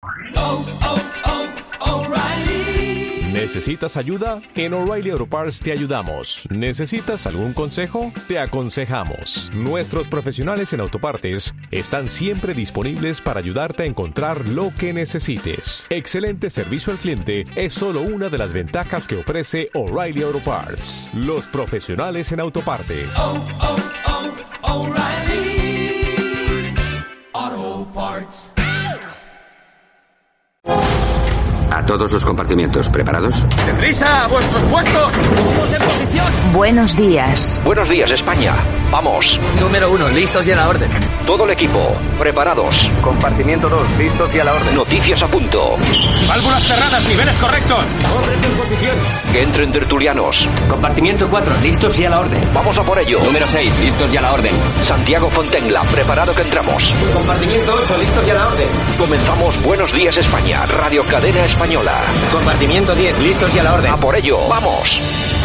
¿Necesitas ayuda? En O'Reilly Auto Parts te ayudamos. ¿Necesitas algún consejo? Te aconsejamos. Nuestros profesionales en autopartes están siempre disponibles para ayudarte a encontrar lo que necesites. Excelente servicio al cliente es solo una de las ventajas que ofrece O'Reilly Auto Parts. Los profesionales en autopartes. O'Reilly Auto Parts. A todos los compartimientos, ¿preparados? ¡Deprisa! ¡A vuestros puestos! ¡Todos en posición! Buenos días. Buenos días, España. ¡Vamos! Número 1, listos y a la orden. Todo el equipo, preparados. Compartimiento 2, listos y a la orden. Noticias a punto. Válvulas cerradas, niveles correctos. Hombres en posición. Que entren tertulianos. Compartimiento 4, listos y a la orden. Vamos a por ello. Número 6, listos y a la orden. Santiago Fontenla, preparado que entramos. Compartimiento 8, listos y a la orden. Comenzamos Buenos Días, España, Radio Cadena Española. Compartimiento 10, listos y a la orden. A por ello, ¡vamos!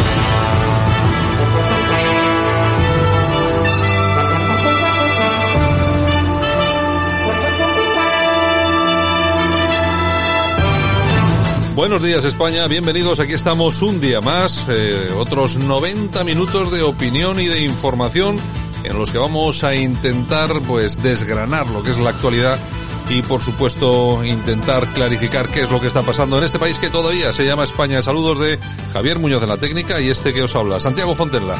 Buenos días, España, bienvenidos, aquí estamos un día más, otros 90 minutos de opinión y de información en los que vamos a intentar pues desgranar lo que es la actualidad y por supuesto intentar clarificar qué es lo que está pasando en este país que todavía se llama España. Saludos de Javier Muñoz en la técnica y este que os habla, Santiago Fontenla.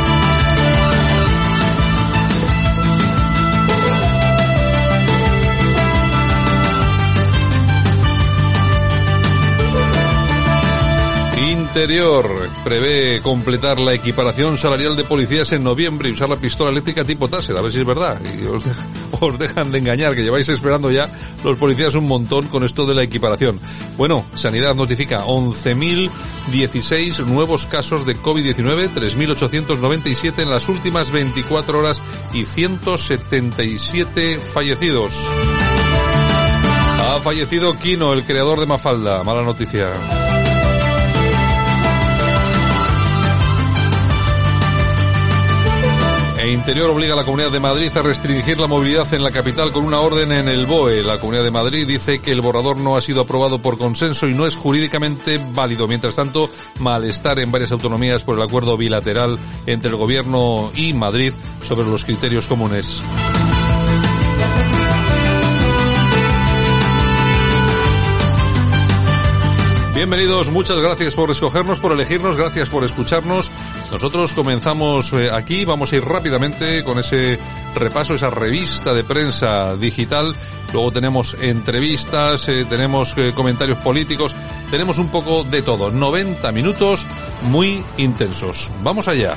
Interior prevé completar la equiparación salarial de policías en noviembre y usar la pistola eléctrica tipo Taser, a ver si es verdad. Y os dejan de engañar, que lleváis esperando ya los policías un montón con esto de la equiparación. Bueno, Sanidad notifica 11.016 nuevos casos de COVID-19, 3.897 en las últimas 24 horas y 177 fallecidos. Ha fallecido Quino, el creador de Mafalda. Mala noticia. Interior obliga a la Comunidad de Madrid a restringir la movilidad en la capital con una orden en el BOE. La Comunidad de Madrid dice que el borrador no ha sido aprobado por consenso y no es jurídicamente válido. Mientras tanto, malestar en varias autonomías por el acuerdo bilateral entre el Gobierno y Madrid sobre los criterios comunes. Bienvenidos, muchas gracias por escogernos, por elegirnos, gracias por escucharnos. Nosotros comenzamos aquí, vamos a ir rápidamente con ese repaso, esa revista de prensa digital. Luego tenemos entrevistas, tenemos comentarios políticos, tenemos un poco de todo. 90 minutos muy intensos. Vamos allá.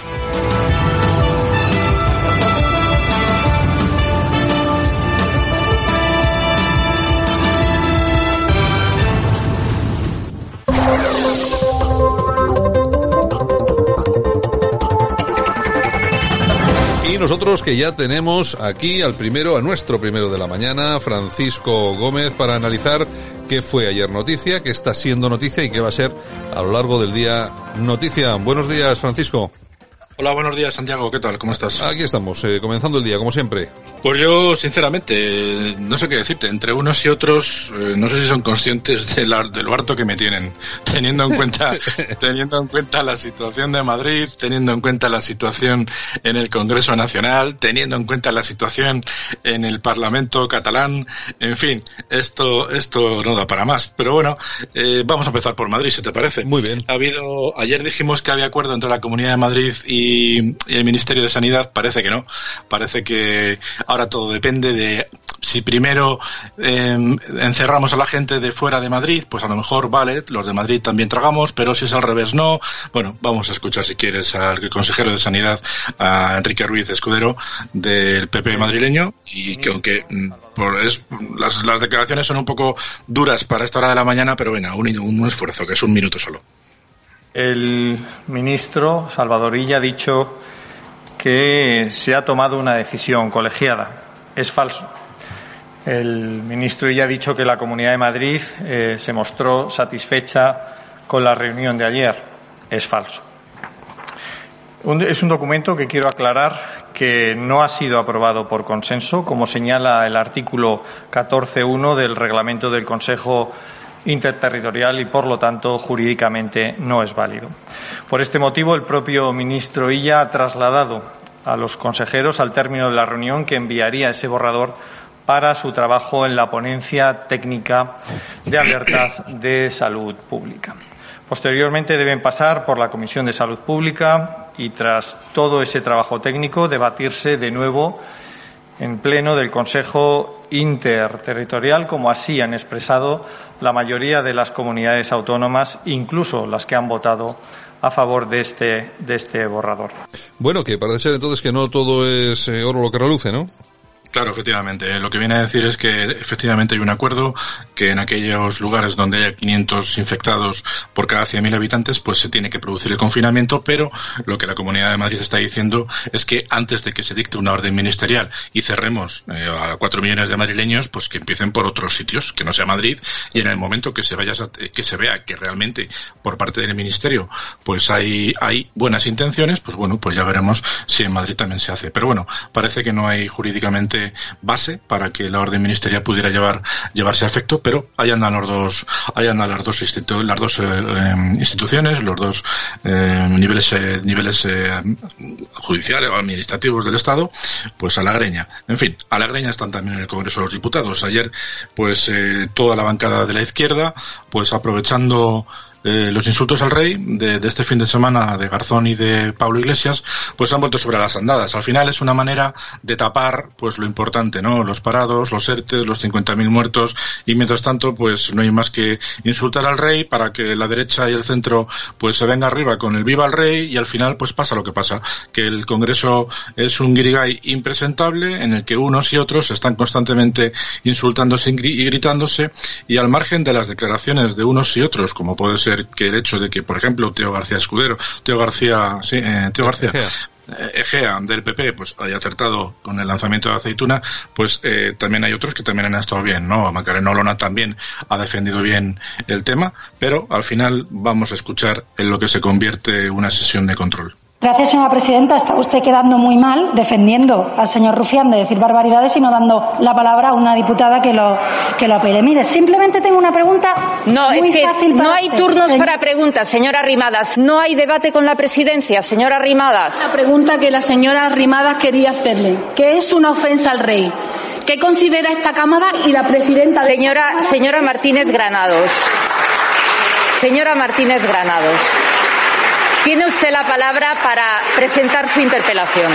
Nosotros que ya tenemos aquí a nuestro primero de la mañana, Francisco Gómez, para analizar qué fue ayer noticia, qué está siendo noticia y qué va a ser a lo largo del día noticia. Buenos días, Francisco. Hola, buenos días, Santiago. ¿Qué tal? ¿Cómo estás? Aquí estamos, comenzando el día, como siempre. Pues yo, sinceramente, no sé qué decirte. Entre unos y otros, no sé si son conscientes de lo harto que me tienen. Teniendo en cuenta la situación de Madrid, teniendo en cuenta la situación en el Congreso Nacional, teniendo en cuenta la situación en el Parlamento catalán. En fin, esto no da para más. Pero bueno, vamos a empezar por Madrid, si te parece. Muy bien. Ayer dijimos que había acuerdo entre la Comunidad de Madrid y el Ministerio de Sanidad. Parece que no. Parece que ahora todo depende de si primero encerramos a la gente de fuera de Madrid, pues a lo mejor vale, los de Madrid también tragamos, pero si es al revés no. Bueno, vamos a escuchar si quieres al consejero de Sanidad, a Enrique Ruiz Escudero, del PP madrileño, y que aunque las declaraciones son un poco duras para esta hora de la mañana, pero venga, un esfuerzo, que es un minuto solo. El ministro Salvador Illa ha dicho que se ha tomado una decisión colegiada. Es falso. El ministro Illa ha dicho que la Comunidad de Madrid se mostró satisfecha con la reunión de ayer. Es falso. Es un documento que quiero aclarar que no ha sido aprobado por consenso, como señala el artículo 14.1 del Reglamento del Consejo Interterritorial y, por lo tanto, jurídicamente no es válido. Por este motivo, el propio ministro Illa ha trasladado a los consejeros, al término de la reunión, que enviaría ese borrador para su trabajo en la ponencia técnica de alertas de salud pública. Posteriormente deben pasar por la Comisión de Salud Pública y, tras todo ese trabajo técnico, debatirse de nuevo en pleno del Consejo Interterritorial, como así han expresado la mayoría de las comunidades autónomas, incluso las que han votado a favor de este borrador. Bueno, que parece ser entonces que no todo es oro lo que reluce, ¿no? Claro, efectivamente. Lo que viene a decir es que efectivamente hay un acuerdo que en aquellos lugares donde haya 500 infectados por cada 100.000 habitantes, pues se tiene que producir el confinamiento, pero lo que la Comunidad de Madrid está diciendo es que antes de que se dicte una orden ministerial y cerremos a 4 millones de madrileños, pues que empiecen por otros sitios, que no sea Madrid, y en el momento que se vea que realmente por parte del Ministerio pues hay buenas intenciones, pues bueno, pues ya veremos si en Madrid también se hace. Pero bueno, parece que no hay jurídicamente base para que la orden ministerial pudiera llevarse a efecto, pero ahí andan las dos instituciones, los dos niveles judiciales o administrativos del Estado, pues a la greña. En fin, a la greña están también en el Congreso de los Diputados. Ayer, pues toda la bancada de la izquierda, pues aprovechando los insultos al rey de este fin de semana de Garzón y de Pablo Iglesias, pues han vuelto sobre las andadas. Al final es una manera de tapar pues lo importante, ¿no? Los parados, los ERTE, los 50.000 muertos, y mientras tanto pues no hay más que insultar al rey para que la derecha y el centro pues se venga arriba con el viva al rey, y al final pues pasa lo que pasa, que el Congreso es un guirigay impresentable en el que unos y otros están constantemente insultándose y gritándose, y al margen de las declaraciones de unos y otros, como puede ser que el hecho de que, por ejemplo, Teo García Egea del PP pues haya acertado con el lanzamiento de Aceituna, pues también hay otros que también han estado bien, ¿no? Macarena Olona también ha defendido bien el tema, pero al final vamos a escuchar en lo que se convierte una sesión de control. Gracias, señora presidenta. Está usted quedando muy mal defendiendo al señor Rufián de decir barbaridades y no dando la palabra a una diputada que lo apele. Mire, simplemente tengo una pregunta. No, es que no hay turnos para preguntas, señora Arrimadas. No hay debate con la presidencia, señora Arrimadas. La pregunta que la señora Arrimadas quería hacerle, que es una ofensa al rey. ¿Qué considera esta Cámara y la presidenta de Señora Martínez Granados. Señora Martínez Granados. Tiene usted la palabra para presentar su interpelación.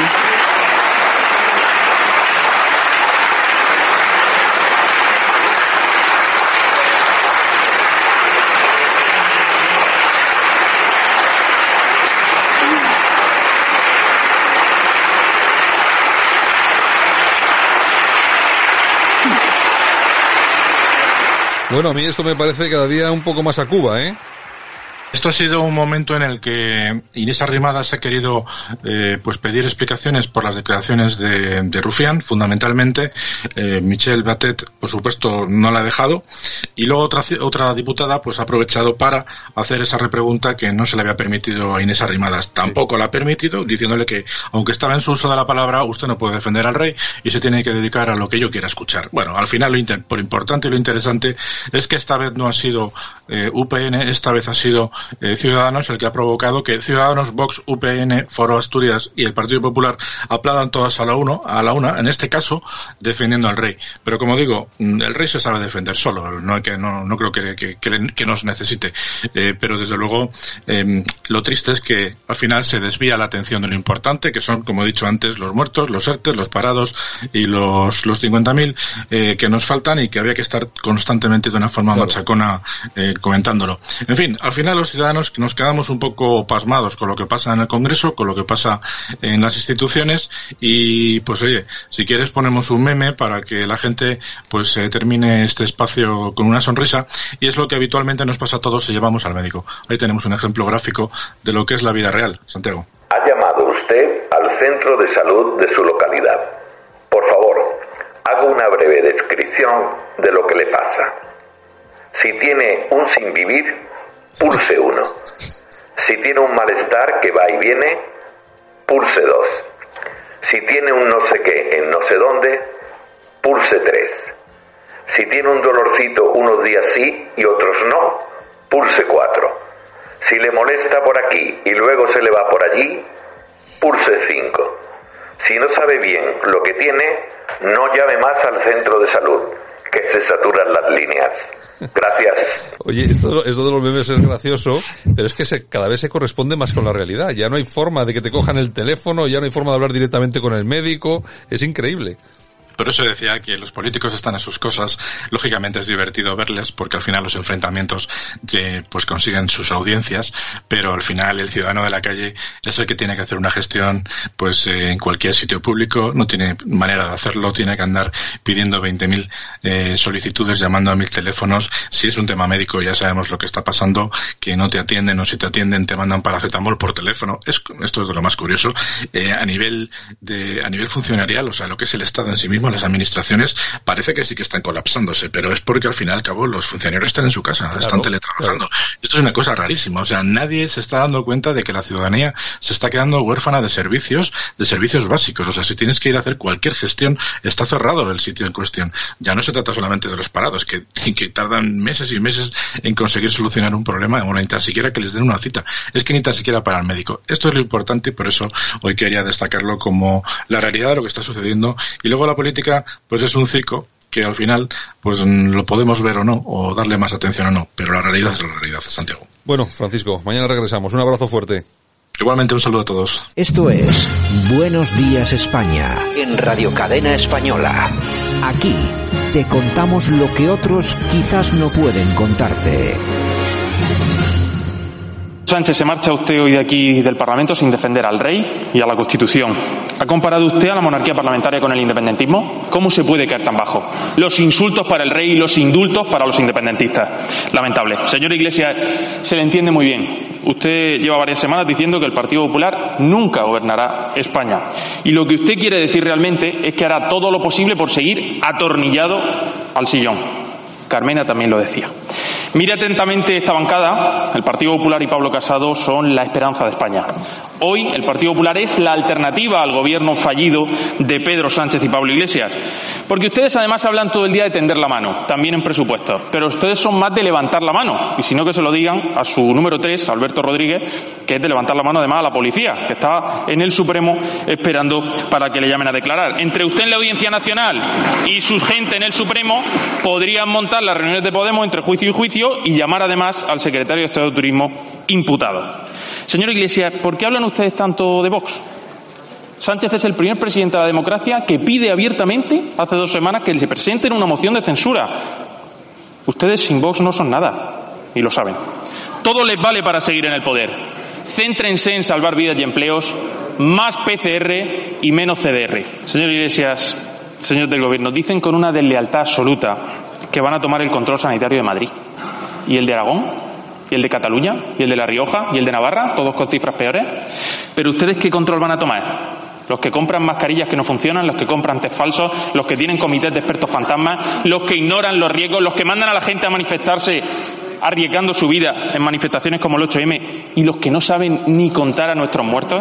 Bueno, a mí esto me parece cada día un poco más a Cuba, ¿eh? Esto ha sido un momento en el que Inés Arrimadas ha querido pues pedir explicaciones por las declaraciones de Rufián, fundamentalmente. Michelle Batet, por supuesto, no la ha dejado, y luego otra diputada pues ha aprovechado para hacer esa repregunta que no se le había permitido a Inés Arrimadas. Tampoco la ha permitido, diciéndole que aunque estaba en su uso de la palabra, usted no puede defender al rey y se tiene que dedicar a lo que yo quiera escuchar. Bueno, al final por importante y lo interesante es que esta vez no ha sido UPN, esta vez ha sido Ciudadanos el que ha provocado que Ciudadanos, Vox, UPN, Foro Asturias y el Partido Popular aplaudan todas a la una, en este caso defendiendo al rey. Pero como digo, el rey se sabe defender solo, no creo que nos necesite, pero desde luego lo triste es que al final se desvía la atención de lo importante, que son, como he dicho antes, los muertos, los ERTE, los parados y los 50.000 que nos faltan y que había que estar constantemente de una forma machacona comentándolo. En fin, al final los ciudadanos nos quedamos un poco pasmados con lo que pasa en el Congreso, con lo que pasa en las instituciones, y pues oye, si quieres ponemos un meme para que la gente pues termine este espacio con una sonrisa, y es lo que habitualmente nos pasa a todos si llevamos al médico. Ahí tenemos un ejemplo gráfico de lo que es la vida real. Santiago. Ha llamado usted al centro de salud de su localidad. Por favor, haga una breve descripción de lo que le pasa. Si tiene un sin vivir, pulse 1. Si tiene un malestar que va y viene, pulse 2. Si tiene un no sé qué en no sé dónde, pulse 3. Si tiene un dolorcito unos días sí y otros no, pulse 4. Si le molesta por aquí y luego se le va por allí, pulse 5. Si no sabe bien lo que tiene, no llame más al centro de salud, que se saturan las líneas. Gracias. Oye, esto de los memes es gracioso, pero es que cada vez se corresponde más con la realidad. Ya no hay forma de que te cojan el teléfono, ya no hay forma de hablar directamente con el médico. Es increíble. Por eso decía que los políticos están a sus cosas. Lógicamente es divertido verles, porque al final los enfrentamientos pues consiguen sus audiencias, pero al final el ciudadano de la calle es el que tiene que hacer una gestión pues en cualquier sitio público. No tiene manera de hacerlo, tiene que andar pidiendo 20.000 solicitudes, llamando a 1.000 teléfonos. Si es un tema médico ya sabemos lo que está pasando, que no te atienden, o si te atienden te mandan paracetamol por teléfono. Esto es de lo más curioso. A nivel funcionarial, o sea, lo que es el Estado en sí mismo, las administraciones, parece que sí que están colapsándose, pero es porque al fin y al cabo los funcionarios están en su casa, están teletrabajando. Claro. Esto es una cosa rarísima, o sea, nadie se está dando cuenta de que la ciudadanía se está quedando huérfana de servicios básicos. O sea, si tienes que ir a hacer cualquier gestión, está cerrado el sitio en cuestión. Ya no se trata solamente de los parados, que tardan meses y meses en conseguir solucionar un problema, o ni tan siquiera que les den una cita. Es que ni tan siquiera para el médico. Esto es lo importante y por eso hoy quería destacarlo como la realidad de lo que está sucediendo. Y luego la política pues es un circo que al final pues lo podemos ver o no, o darle más atención o no, pero la realidad es la realidad, Santiago. Bueno, Francisco, mañana regresamos. Un abrazo fuerte. Igualmente, un saludo a todos. Esto es Buenos Días España, en Radio Cadena Española. Aquí te contamos lo que otros quizás no pueden contarte. Sánchez, se marcha usted hoy de aquí del Parlamento sin defender al rey y a la Constitución. ¿Ha comparado usted a la monarquía parlamentaria con el independentismo? ¿Cómo se puede caer tan bajo? Los insultos para el rey y los indultos para los independentistas. Lamentable. Señor Iglesias, se le entiende muy bien. Usted lleva varias semanas diciendo que el Partido Popular nunca gobernará España. Y lo que usted quiere decir realmente es que hará todo lo posible por seguir atornillado al sillón. Carmena también lo decía. Mire atentamente esta bancada. El Partido Popular y Pablo Casado son la esperanza de España. Hoy el Partido Popular es la alternativa al gobierno fallido de Pedro Sánchez y Pablo Iglesias. Porque ustedes además hablan todo el día de tender la mano, también en presupuestos. Pero ustedes son más de levantar la mano. Y si no, que se lo digan a su número 3, Alberto Rodríguez, que es de levantar la mano además a la policía, que está en el Supremo esperando para que le llamen a declarar. Entre usted en la Audiencia Nacional y su gente en el Supremo podrían montar las reuniones de Podemos entre juicio y juicio y llamar además al secretario de Estado de Turismo imputado. Señor Iglesias, ¿por qué hablan ustedes tanto de Vox? Sánchez es el primer presidente de la democracia que pide abiertamente, hace 2 semanas, que se presenten una moción de censura. Ustedes sin Vox no son nada, y lo saben. Todo les vale para seguir en el poder. Céntrense en salvar vidas y empleos, más PCR y menos CDR. Señor Iglesias, señores del Gobierno, dicen con una deslealtad absoluta que van a tomar el control sanitario de Madrid. ¿Y el de Aragón? ¿Y el de Cataluña? ¿Y el de La Rioja? ¿Y el de Navarra? Todos con cifras peores. ¿Pero ustedes qué control van a tomar? Los que compran mascarillas que no funcionan, los que compran test falsos, los que tienen comités de expertos fantasmas, los que ignoran los riesgos, los que mandan a la gente a manifestarse arriesgando su vida en manifestaciones como el 8M y los que no saben ni contar a nuestros muertos.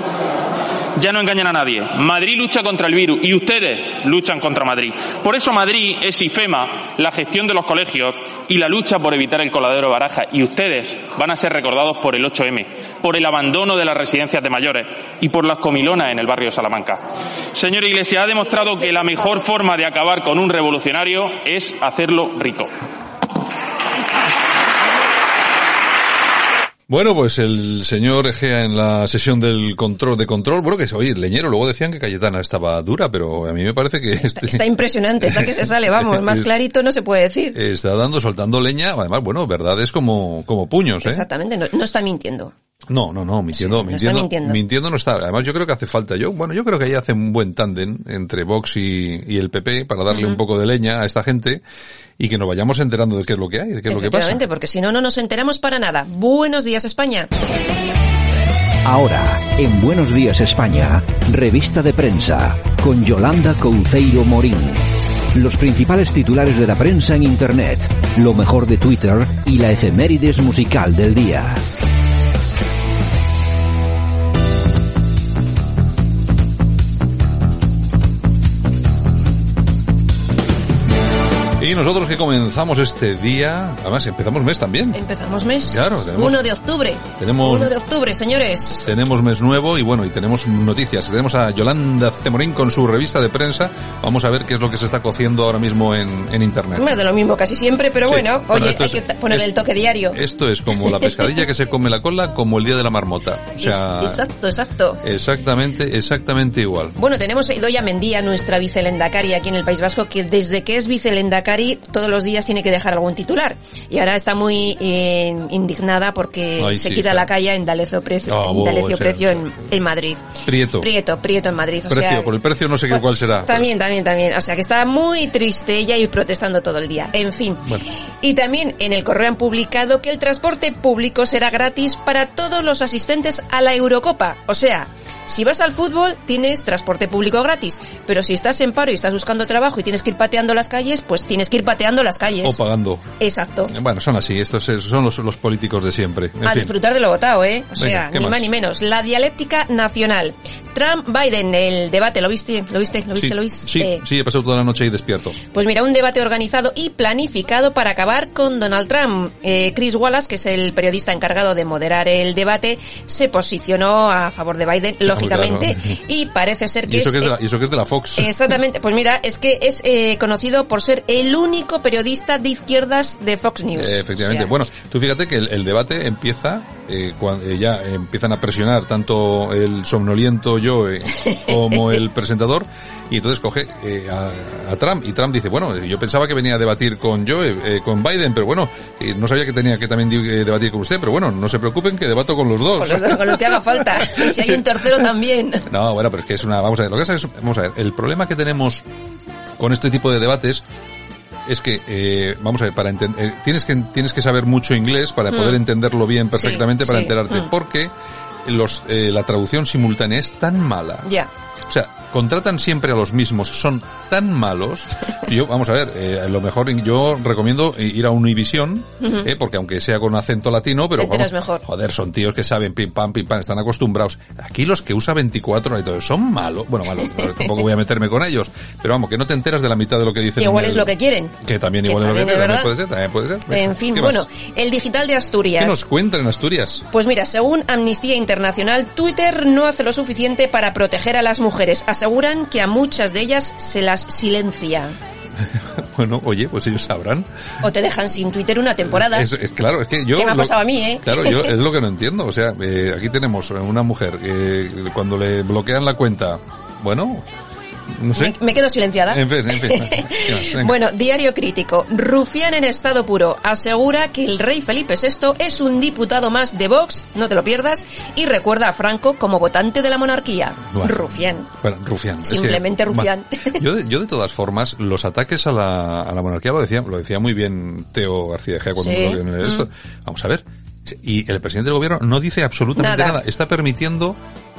Ya no engañan a nadie. Madrid lucha contra el virus y ustedes luchan contra Madrid. Por eso Madrid es IFEMA, la gestión de los colegios y la lucha por evitar el coladero de Baraja. Y ustedes van a ser recordados por el 8M, por el abandono de las residencias de mayores y por las comilonas en el barrio de Salamanca. Señor Iglesias, ha demostrado que la mejor forma de acabar con un revolucionario es hacerlo rico. Bueno, pues el señor Egea en la sesión del control, bueno, que oye, Leñero, luego decían que Cayetana estaba dura, pero a mí me parece que está impresionante, está que se sale, vamos, más clarito no se puede decir. Está soltando leña, además, bueno, verdades como puños, ¿eh? Exactamente, no está mintiendo. No, mintiendo no está. Además, yo creo que hace falta. Yo creo que ahí hace un buen tándem entre Vox y el PP para darle un poco de leña a esta gente y que nos vayamos enterando de qué es lo que hay, de qué es lo que pasa. Efectivamente, porque si no, no nos enteramos para nada. Buenos días, España. Ahora, en Buenos Días, España, revista de prensa, con Yolanda Couceiro Morín. Los principales titulares de la prensa en Internet, lo mejor de Twitter y la efemérides musical del día. Y nosotros que comenzamos este día, además empezamos mes también. Empezamos mes. Claro, tenemos 1 de octubre. Tenemos 1 de octubre, señores. Tenemos mes nuevo y bueno, y tenemos noticias. Tenemos a Yolanda Cemorín con su revista de prensa. Vamos a ver qué es lo que se está cociendo ahora mismo en internet. Más de lo mismo casi siempre, pero Sí. bueno, Bueno, oye, esto hay es- que poner el toque diario. Esto es como la pescadilla que se come la cola, como el día de la marmota. O sea, Exacto. exactamente igual. Bueno, tenemos a Idoia Mendia, nuestra vicelendakari aquí en el País Vasco, que desde que es vicelendakari todos los días tiene que dejar algún titular. Y ahora está muy indignada porque Ay, se sí, quita está. la calle en D'Alessio Precio, ese- en Madrid. Prieto. Prieto en Madrid. O Precio, sea, por el precio no sé qué cuál será. También. O sea, que está muy triste ella y protestando todo el día. En fin. Bueno. Y también en el Correo han publicado que el transporte público será gratis para todos los asistentes a la Eurocopa. O sea, si vas al fútbol, tienes transporte público gratis. Pero si estás en paro y estás buscando trabajo y tienes que ir pateando las calles, pues tienes que ir pateando las calles. O pagando. Exacto. Bueno, son así, estos son los políticos de siempre. En A fin. disfrutar de lo votado, ¿eh? O sea, Venga, ¿qué ni más? más ni menos. La dialéctica nacional. Trump-Biden, el debate, ¿lo viste? Sí, he pasado toda la noche ahí despierto. Pues mira, un debate organizado y planificado para acabar con Donald Trump. Chris Wallace, que es el periodista encargado de moderar el debate, se posicionó a favor de Biden, lógicamente, claro. y parece ser que Y eso que es de la Fox. Exactamente, pues mira, es que es conocido por ser el único periodista de izquierdas de Fox News. Efectivamente. O sea, Bueno, tú fíjate que el debate empieza cuando ya empiezan a presionar tanto el somnoliento Joe como el presentador, y entonces coge a Trump, y Trump dice, bueno, yo pensaba que venía a debatir con Joe, con Biden, pero bueno, no sabía que tenía que también debatir con usted, pero bueno, no se preocupen que debato con los dos. con los que haga falta. Y si hay un tercero también. No, bueno, pero es que es vamos a ver, lo que pasa es, vamos a ver, el problema que tenemos con este tipo de debates es que, vamos a ver, para entender, tienes que saber mucho inglés para poder entenderlo bien perfectamente, para enterarte, porque la traducción simultánea es tan mala. Ya. O sea, contratan siempre a los mismos, son tan malos. Yo, vamos a ver, a lo mejor yo recomiendo ir a Univision, porque aunque sea con acento latino, pero Te enteras vamos, mejor. joder, son tíos que saben pim pam, están acostumbrados. Aquí los que usa 24 y todo, son malos. Bueno, malos, tampoco voy a meterme con ellos, pero vamos, que no te enteras de la mitad de lo que dicen. Que igual es lo que quieren. Que también Que igual es lo que también quieren, es también puede ser. Venga, En fin, ¿qué bueno, más? el digital de Asturias. ¿Qué nos cuentan en Asturias? Pues mira, según Amnistía Internacional, Twitter no hace lo suficiente para proteger a las mujeres. Aseguran que a muchas de ellas se las silencia. Bueno, oye, pues ellos sabrán. O te dejan sin Twitter una temporada. Claro, es que yo... ¿Qué me ha pasado a mí, eh? Claro, yo es lo que no entiendo. O sea, aquí tenemos una mujer que cuando le bloquean la cuenta, bueno, no sé. Me quedo silenciada. En fin. ¿Qué más? Venga. Bueno, Diario Crítico. Rufián en estado puro asegura que el rey Felipe VI es un diputado más de Vox, no te lo pierdas, y recuerda a Franco como votante de la monarquía. Bueno. Rufián. Bueno, Rufián. Simplemente Rufián. Yo de todas formas, los ataques a la monarquía lo decía muy bien Teo García Egea cuando Sí. en esto. Vamos a ver. Y el presidente del gobierno no dice absolutamente nada. Está permitiendo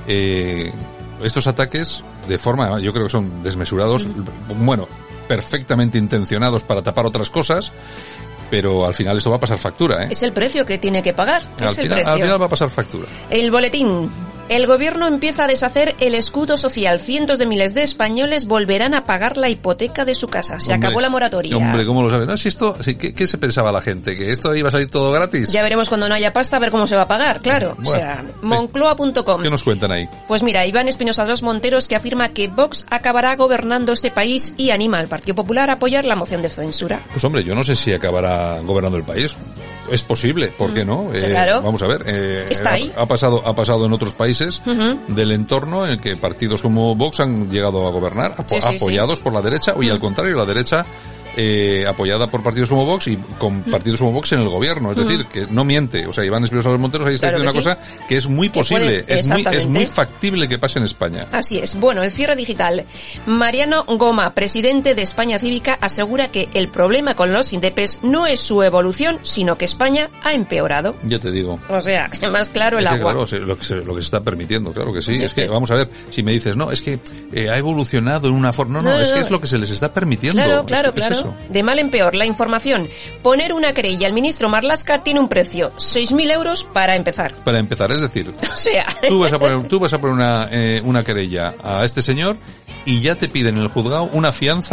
estos ataques de forma, yo creo que son desmesurados, bueno, perfectamente intencionados para tapar otras cosas, pero al final esto va a pasar factura, ¿eh? Es el precio que tiene que pagar. Al final va a pasar factura. El boletín. El gobierno empieza a deshacer el escudo social. Cientos de miles de españoles volverán a pagar la hipoteca de su casa. Se acabó la moratoria. Hombre, ¿cómo lo sabes? No, si esto, ¿qué se pensaba la gente? ¿Que esto iba a salir todo gratis? Ya veremos cuando no haya pasta a ver cómo se va a pagar, claro. Bueno, o sea, moncloa.com. ¿Qué nos cuentan ahí? Pues mira, Iván Espinosa Dos Monteros, que afirma que Vox acabará gobernando este país y anima al Partido Popular a apoyar la moción de censura. Pues hombre, yo no sé si acabará gobernando el país. Es posible, ¿por qué no? Claro. Vamos a ver. Está ahí. Ha pasado en otros países del entorno en el que partidos como Vox han llegado a gobernar, apoyados por la derecha, y al contrario, la derecha apoyada por partidos como Vox y con partidos como Vox en el gobierno. Es decir, que no miente. O sea, Iván Espinosa Dos Monteros ahí está diciendo una cosa que es muy posible, es muy factible que pase en España. Así es. Bueno, el cierre digital. Mariano Goma, presidente de España Cívica, asegura que el problema con los indepes no es su evolución, sino que España ha empeorado. Ya te digo. O sea, más claro el agua. Claro, lo que se está permitiendo, claro que sí. Es que, vamos a ver, si me dices, no, es que ha evolucionado en una forma... No, es que es lo que se les está permitiendo. Claro. Es eso. De mal en peor, la información. Poner una querella al ministro Marlaska tiene un precio, 6.000 euros para empezar. Para empezar, es decir, o sea, tú vas a poner una querella a este señor y ya te piden en el juzgado una fianza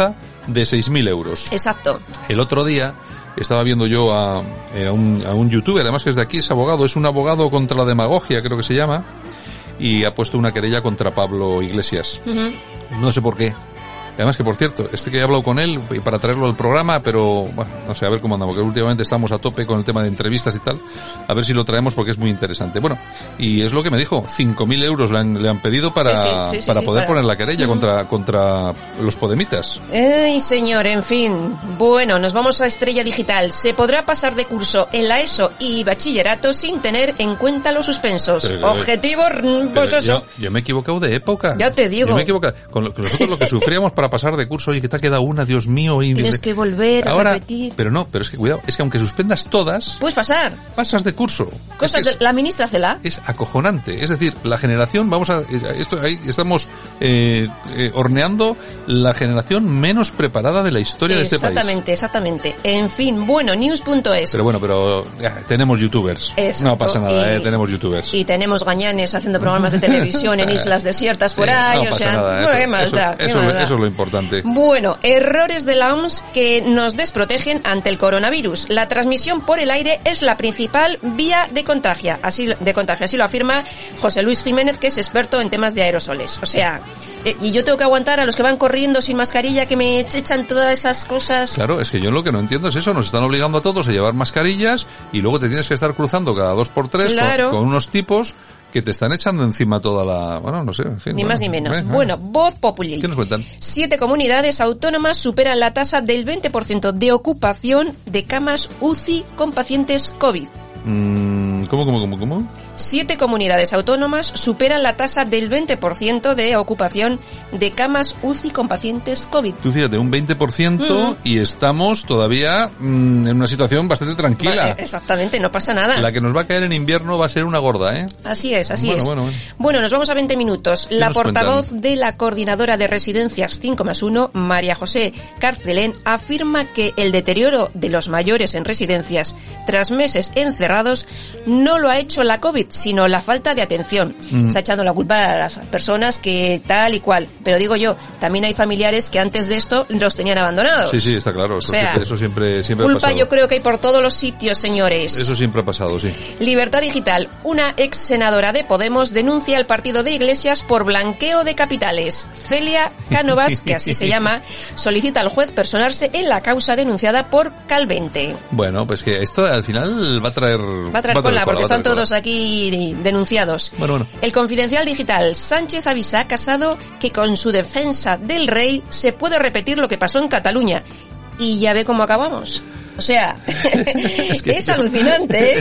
de 6.000 euros. Exacto. El otro día estaba viendo yo a un youtuber, además que es de aquí, es abogado, es un abogado contra la demagogia, creo que se llama, y ha puesto una querella contra Pablo Iglesias. No sé por qué. Además que, por cierto, que he hablado con él para traerlo al programa, pero, bueno, no sé, a ver cómo andamos, porque últimamente estamos a tope con el tema de entrevistas y tal. A ver si lo traemos porque es muy interesante. Bueno, y es lo que me dijo, 5.000 euros le han pedido para poder poner la querella contra los podemitas. Ay, señor, en fin. Bueno, nos vamos a Estrella Digital. Se podrá pasar de curso en la ESO y bachillerato sin tener en cuenta los suspensos. Objetivo, pues eso. Yo me he equivocado de época. Ya te digo. Yo me he equivocado. Con nosotros lo que sufríamos para pasar de curso, oye, que te ha quedado una, Dios mío. Tienes que volver a repetir. Pero es que cuidado, es que aunque suspendas todas... Puedes pasar. Pasas de curso. La ministra cela. Es acojonante. Es decir, la generación, ahí estamos horneando la generación menos preparada de la historia de este país. Exactamente. En fin, bueno, news.es. Pero tenemos youtubers. Exacto. No pasa nada, tenemos youtubers. Y tenemos gañanes haciendo programas de televisión en islas desiertas por ahí. No pasa nada. ¿Qué más da? Eso es lo importante. Bueno, errores de la OMS que nos desprotegen ante el coronavirus. La transmisión por el aire es la principal vía de contagio. Así lo afirma José Luis Jiménez, que es experto en temas de aerosoles. O sea, y yo tengo que aguantar a los que van corriendo sin mascarilla, que me echan todas esas cosas. Claro, es que yo lo que no entiendo es eso. Nos están obligando a todos a llevar mascarillas y luego te tienes que estar cruzando cada 2x3 con unos tipos que te están echando encima toda la... Bueno, no sé, en fin. Ni más ni menos. Bueno, Voz Populi. ¿Qué nos cuentan? 7 comunidades autónomas superan la tasa del 20% de ocupación de camas UCI con pacientes COVID. ¿Cómo? 7 comunidades autónomas superan la tasa del 20% de ocupación de camas UCI con pacientes COVID. Tú fíjate, un 20% y estamos todavía en una situación bastante tranquila. Exactamente, no pasa nada. La que nos va a caer en invierno va a ser una gorda, ¿eh? Así es. Bueno. Bueno, nos vamos a 20 minutos. La portavoz de la Coordinadora de Residencias 5+1, María José Carcelén, afirma que el deterioro de los mayores en residencias tras meses encerrados no lo ha hecho la COVID, sino la falta de atención. Está echando la culpa a las personas que tal y cual. Pero digo yo, también hay familiares que antes de esto los tenían abandonados. Sí, está claro. Eso siempre ha pasado. Culpa yo creo que hay por todos los sitios, señores. Eso siempre ha pasado, sí. Libertad Digital. Una ex senadora de Podemos denuncia al partido de Iglesias por blanqueo de capitales. Celia Cánovas, que así se llama, solicita al juez personarse en la causa denunciada por Calvente. Bueno, pues que esto al final va a traer cola, porque están todos aquí denunciados. Bueno. El Confidencial Digital. Sánchez avisa a Casado que con su defensa del rey se puede repetir lo que pasó en Cataluña. Y ya ve cómo acabamos. O sea, es alucinante,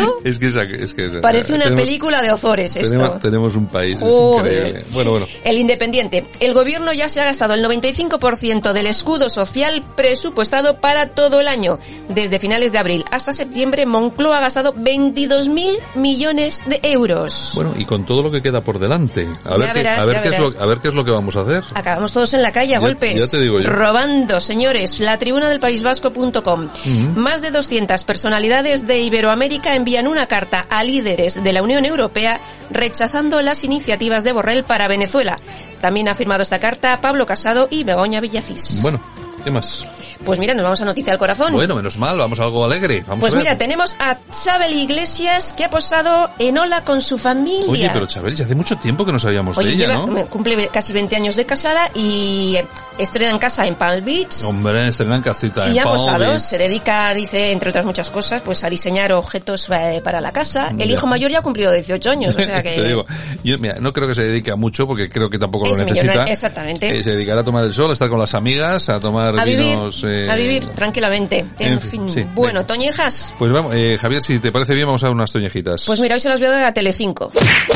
¿eh? Parece una película de Ozores esto. Tenemos un país, es increíble. Bueno. El Independiente. El gobierno ya se ha gastado el 95% del escudo social presupuestado para todo el año. Desde finales de abril hasta septiembre, Moncloa ha gastado 22.000 millones de euros. Bueno, y con todo lo que queda por delante. A ver qué es lo que vamos a hacer. Acabamos todos en la calle a golpes. Ya te digo yo. Robando, señores. La tribuna del paisvasco.com. Más de 200 personalidades de Iberoamérica envían una carta a líderes de la Unión Europea rechazando las iniciativas de Borrell para Venezuela. También ha firmado esta carta Pablo Casado y Begoña Villacís. Bueno, ¿qué más? Pues mira, nos vamos a Noticia del Corazón. Bueno, menos mal, vamos a algo alegre. Pues mira, tenemos a Chabel Iglesias, que ha posado en Ola con su familia. Oye, pero Chabel, ya hace mucho tiempo que no sabíamos de ella, ¿no? Cumple casi 20 años de casada y estrena en casa en Palm Beach. Hombre, estrena en casita en Palm Beach. Y ha posado, se dedica, dice, entre otras muchas cosas, pues a diseñar objetos para la casa. El hijo mayor ya ha cumplido 18 años, o sea que... Te digo, yo mira, no creo que se dedique a mucho, porque creo que tampoco lo necesita. Exactamente. Se dedicará a tomar el sol, a estar con las amigas, a tomar vinos... A vivir tranquilamente. En fin. Sí, bueno, ¿toñejas? Pues vamos, Javier, si te parece bien, vamos a dar unas toñejitas. Pues mira, hoy se las voy a dar a Telecinco.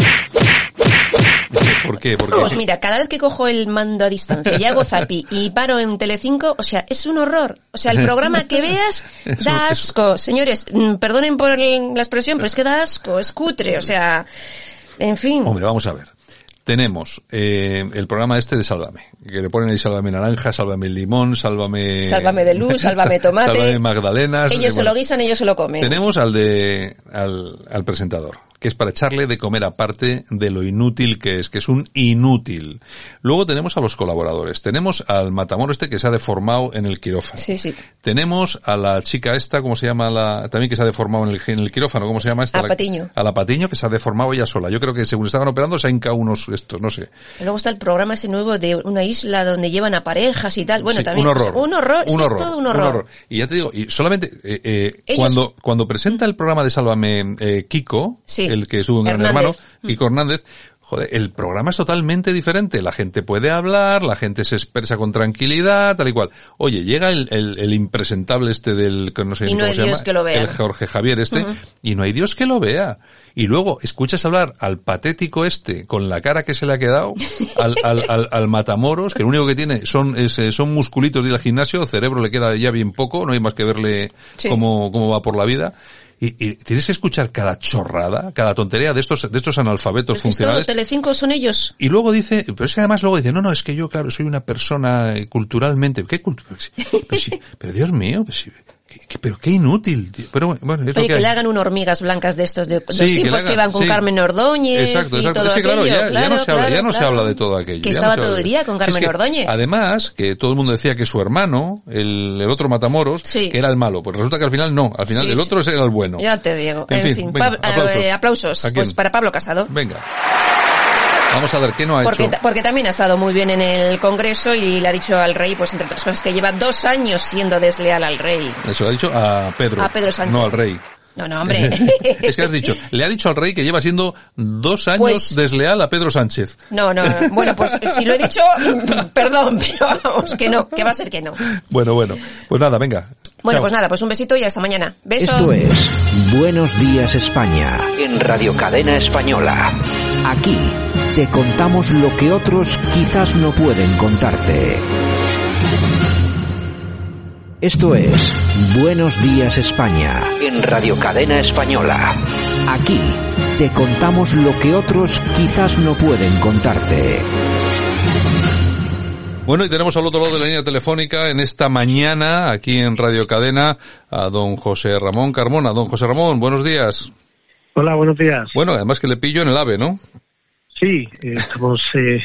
¿Por qué? Pues mira, cada vez que cojo el mando a distancia y hago zapi y paro en Telecinco, o sea, es un horror. O sea, el programa que veas da asco. Señores, perdonen por la expresión, pero es que da asco, es cutre, o sea, en fin. Hombre, vamos a ver. Tenemos el programa este de Sálvame, que le ponen ahí Sálvame naranja, Sálvame limón, Sálvame de luz, Sálvame tomate. Sálvame magdalenas. Ellos se lo guisan, ellos se lo comen. Tenemos al presentador, que es para echarle de comer aparte de lo inútil que es un inútil. Luego tenemos a los colaboradores. Tenemos al Matamoros que se ha deformado en el quirófano. Sí, sí. Tenemos a la chica ¿cómo se llama? También que se ha deformado en el quirófano, ¿cómo se llama esta? A Patiño. A la Patiño, que se ha deformado ella sola. Yo creo que según estaban operando se ha hincado unos no sé. Y luego está el programa ese nuevo de una isla donde llevan a parejas y tal. Bueno, sí, también. Un horror. Es todo un horror. Y ya te digo, y solamente, cuando presenta el programa de Sálvame, Kiko, sí, el que estuvo en Gran Hermano, Kiko Hernández, joder, el programa es totalmente diferente. La gente puede hablar, la gente se expresa con tranquilidad, tal y cual. Oye, llega el impresentable del, que no sé cómo se llama, que lo vea. El Jorge Javier y no hay Dios que lo vea. Y luego escuchas hablar al patético con la cara que se le ha quedado, al Matamoros, que lo único que tiene son musculitos de ir al gimnasio, el cerebro le queda ya bien poco, no hay más que verle cómo va por la vida. Y tienes que escuchar cada chorrada, cada tontería de estos analfabetos funcionales. Todo Telecinco son ellos. Y luego dice, pero es que además luego dice, no, es que yo, claro, soy una persona culturalmente, ¿qué cultura? Pero Dios mío, pero qué inútil. Pero bueno, es Oye, que le hagan un hormigas blancas de estos de los tiempos que iban con Carmen Ordóñez. Exacto. Y todo es que aquello. ya no se habla de todo aquello. Que estaba todo el día con Carmen Ordóñez. Además, que todo el mundo decía que su hermano, el otro Matamoros, que era el malo. Pues resulta que al final no. Al final el otro era el bueno. Ya te digo. En fin, venga, aplausos. Pues para Pablo Casado. Venga. Vamos a ver, ¿qué no ha hecho? Porque también ha estado muy bien en el Congreso y le ha dicho al rey, pues entre otras cosas, que lleva 2 años siendo desleal al rey. Eso lo ha dicho a Pedro. A Pedro Sánchez. No al rey. No, hombre. Es que has dicho, le ha dicho al rey que lleva siendo 2 años desleal a Pedro Sánchez. No. Bueno, pues si lo he dicho, perdón, pero vamos, que no, que va a ser que no. Bueno. Pues nada, venga. Bueno, Chao. pues nada, pues un besito y hasta mañana. Besos. Esto es Buenos Días España en Radio Cadena Española. Aquí te contamos lo que otros quizás no pueden contarte. Esto es Buenos Días España en Radio Cadena Española. Aquí te contamos lo que otros quizás no pueden contarte. Bueno, y tenemos al otro lado de la línea telefónica en esta mañana, aquí en Radio Cadena, a don José Ramón Carmona. Don José Ramón, buenos días. Hola, buenos días. Bueno, además que le pillo en el AVE, ¿no? Sí, estamos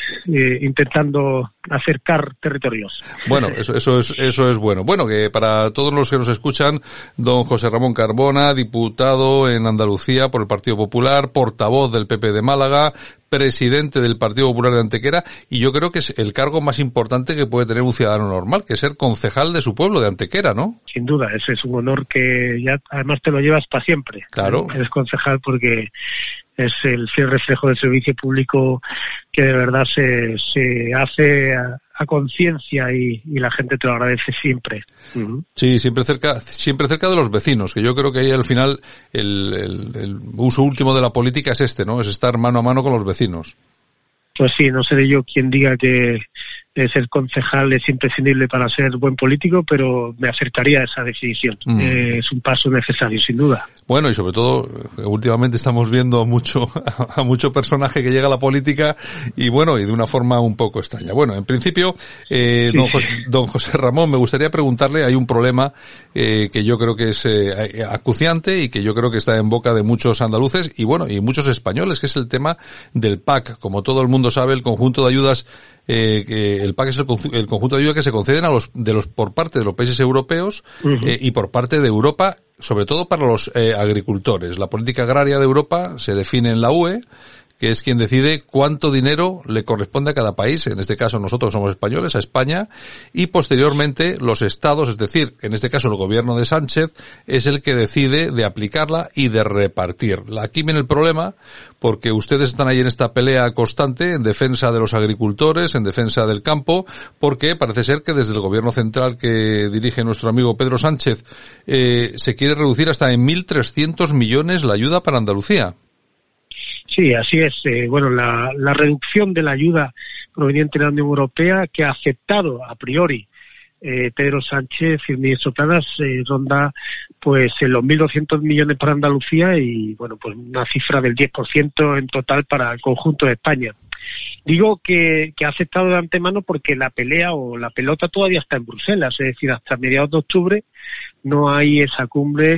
intentando acercar territorios. Bueno, eso es bueno. Bueno, que para todos los que nos escuchan, don José Ramón Carmona, diputado en Andalucía por el Partido Popular, portavoz del PP de Málaga, presidente del Partido Popular de Antequera, y yo creo que es el cargo más importante que puede tener un ciudadano normal, que es ser concejal de su pueblo, de Antequera, ¿no? Sin duda, ese es un honor que ya además te lo llevas para siempre. Claro. Eres concejal porque es el fiel reflejo del servicio público que de verdad se hace a conciencia y la gente te lo agradece siempre. Uh-huh. Sí, siempre cerca de los vecinos, que yo creo que ahí al final el uso último de la política es ¿no? Es estar mano a mano con los vecinos. Pues sí, no seré yo quien diga que ser concejal es imprescindible para ser buen político, pero me acercaría a esa definición. Es un paso necesario, sin duda. Bueno, y sobre todo, últimamente estamos viendo a mucho personaje que llega a la política y bueno, y de una forma un poco extraña. Bueno, en principio, don José Ramón, me gustaría preguntarle, hay un problema que yo creo que es acuciante y que yo creo que está en boca de muchos andaluces y bueno, y muchos españoles, que es el tema del PAC. Como todo el mundo sabe, el conjunto de ayudas el PAC es el conjunto de ayuda que se conceden por parte de los países europeos y por parte de Europa, sobre todo para los agricultores. La política agraria de Europa se define en la UE, que es quien decide cuánto dinero le corresponde a cada país, en este caso nosotros somos españoles, a España, y posteriormente los estados, es decir, en este caso el gobierno de Sánchez, es el que decide de aplicarla y de repartirla. Aquí viene el problema, porque ustedes están ahí en esta pelea constante en defensa de los agricultores, en defensa del campo, porque parece ser que desde el gobierno central que dirige nuestro amigo Pedro Sánchez se quiere reducir hasta en 1.300 millones la ayuda para Andalucía. Sí, así es. Bueno, la reducción de la ayuda proveniente de la Unión Europea que ha aceptado a priori Pedro Sánchez y el ministro Planas ronda pues en los 1.200 millones para Andalucía y bueno, pues una cifra del 10% en total para el conjunto de España. Digo que ha aceptado de antemano porque la pelea o la pelota todavía está en Bruselas, es decir, hasta mediados de octubre no hay esa cumbre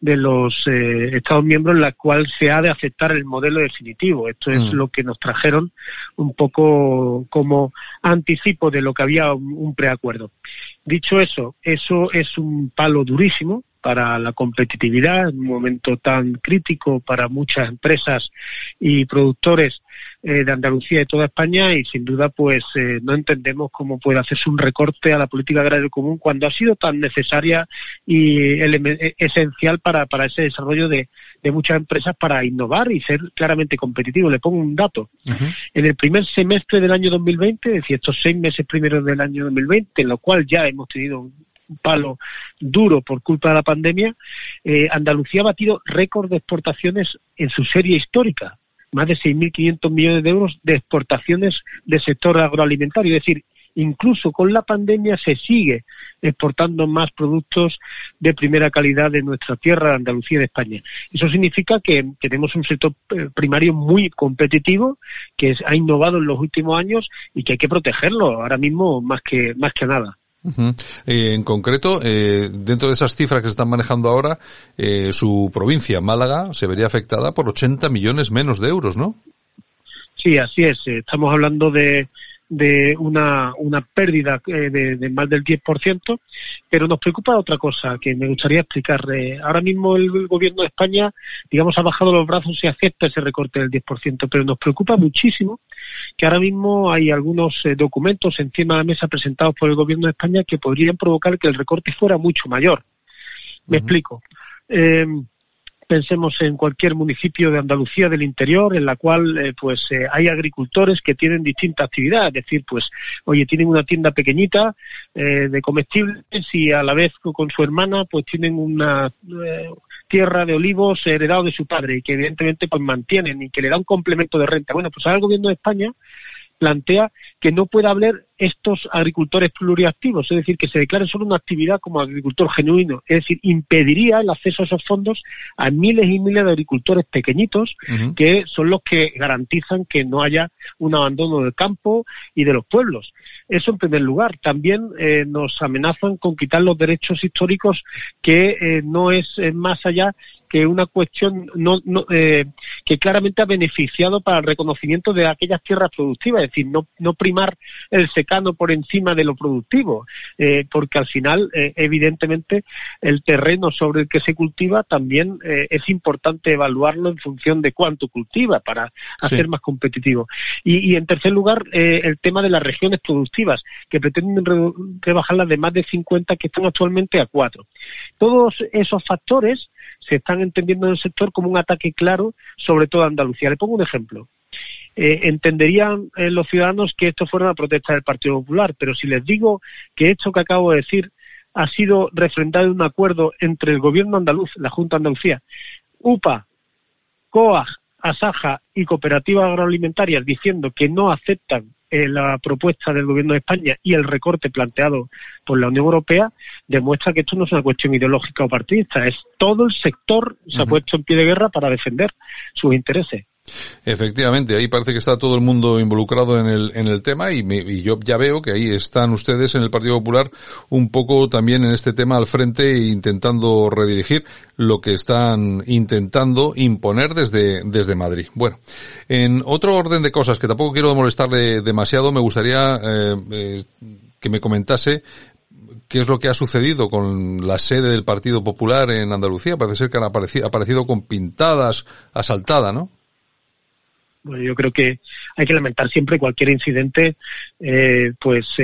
de los Estados miembros en la cual se ha de aceptar el modelo definitivo. Esto es lo que nos trajeron un poco como anticipo de lo que había un preacuerdo. Dicho eso es un palo durísimo para la competitividad en un momento tan crítico para muchas empresas y productores de Andalucía y toda España, y sin duda pues no entendemos cómo puede hacerse un recorte a la política agraria común cuando ha sido tan necesaria y esencial para ese desarrollo de muchas empresas para innovar y ser claramente competitivos. Le pongo un dato. En el primer semestre del año 2020, es decir, estos 6 meses primeros del año 2020, en lo cual ya hemos tenido un palo duro por culpa de la pandemia, Andalucía ha batido récord de exportaciones en su serie histórica. Más de 6.500 millones de euros de exportaciones del sector agroalimentario. Es decir, incluso con la pandemia se sigue exportando más productos de primera calidad de nuestra tierra, de Andalucía y de España. Eso significa que tenemos un sector primario muy competitivo, que ha innovado en los últimos años y que hay que protegerlo ahora mismo más que nada. En concreto, dentro de esas cifras que se están manejando ahora, su provincia, Málaga, se vería afectada por 80 millones menos de euros, ¿no? Sí, así es. Estamos hablando de una pérdida de más del 10%, pero nos preocupa otra cosa que me gustaría explicar. Ahora mismo el gobierno de España, digamos, ha bajado los brazos y acepta ese recorte del 10%, pero nos preocupa muchísimo que ahora mismo hay algunos documentos encima de la mesa presentados por el gobierno de España que podrían provocar que el recorte fuera mucho mayor. Me explico. Pensemos en cualquier municipio de Andalucía del interior en la cual hay agricultores que tienen distintas actividades, es decir, tienen una tienda pequeñita de comestibles y a la vez con su hermana pues tienen una tierra de olivos heredado de su padre y que evidentemente pues mantienen y que le da un complemento de renta. Bueno, pues ahora el gobierno de España plantea que no pueda haber estos agricultores pluriactivos, es decir, que se declare solo una actividad como agricultor genuino, es decir, impediría el acceso a esos fondos a miles y miles de agricultores pequeñitos que son los que garantizan que no haya un abandono del campo y de los pueblos. Eso en primer lugar. También nos amenazan con quitar los derechos históricos que no es más allá que una cuestión que claramente ha beneficiado para el reconocimiento de aquellas tierras productivas, es decir, no primar el secano por encima de lo productivo, porque al final, evidentemente, el terreno sobre el que se cultiva también es importante evaluarlo en función de cuánto cultiva para hacer más competitivo. Y en tercer lugar, el tema de las regiones productivas, que pretenden rebajarlas de más de 50 que están actualmente a 4. Todos esos factores se están entendiendo en el sector como un ataque claro, sobre todo a Andalucía. Le pongo un ejemplo. Entenderían los ciudadanos que esto fuera una protesta del Partido Popular, pero si les digo que esto que acabo de decir ha sido refrendado en un acuerdo entre el gobierno andaluz, la Junta de Andalucía, UPA, COAG, ASAJA y cooperativas agroalimentarias diciendo que no aceptan la propuesta del gobierno de España y el recorte planteado por la Unión Europea, demuestra que esto no es una cuestión ideológica o partidista, es todo el sector se ha puesto en pie de guerra para defender sus intereses. Efectivamente, ahí parece que está todo el mundo involucrado en el tema y yo ya veo que ahí están ustedes en el Partido Popular un poco también en este tema al frente intentando redirigir lo que están intentando imponer desde Madrid. Bueno, en otro orden de cosas que tampoco quiero molestarle demasiado, me gustaría que me comentase qué es lo que ha sucedido con la sede del Partido Popular en Andalucía. Parece ser que ha aparecido con pintadas, asaltada, ¿no? Bueno, yo creo que hay que lamentar siempre cualquier incidente de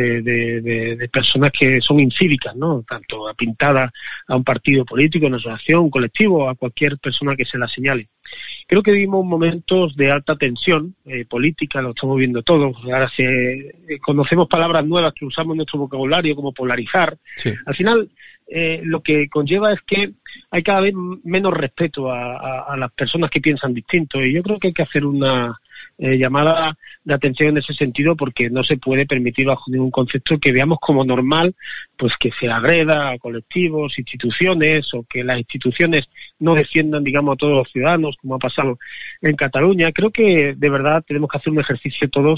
personas que son incívicas, ¿no? Tanto pintada a un partido político, una asociación, un colectivo, a cualquier persona que se la señale. Creo que vivimos momentos de alta tensión política, lo estamos viendo todos. Ahora conocemos palabras nuevas que usamos en nuestro vocabulario, como polarizar. Sí. Al final, lo que conlleva es que hay cada vez menos respeto a las personas que piensan distinto, y yo creo que hay que hacer una llamada de atención en ese sentido, porque no se puede permitir bajo ningún concepto que veamos como normal pues que se agreda a colectivos, instituciones, o que las instituciones no defiendan, digamos, a todos los ciudadanos, como ha pasado en Cataluña. Creo que de verdad tenemos que hacer un ejercicio todos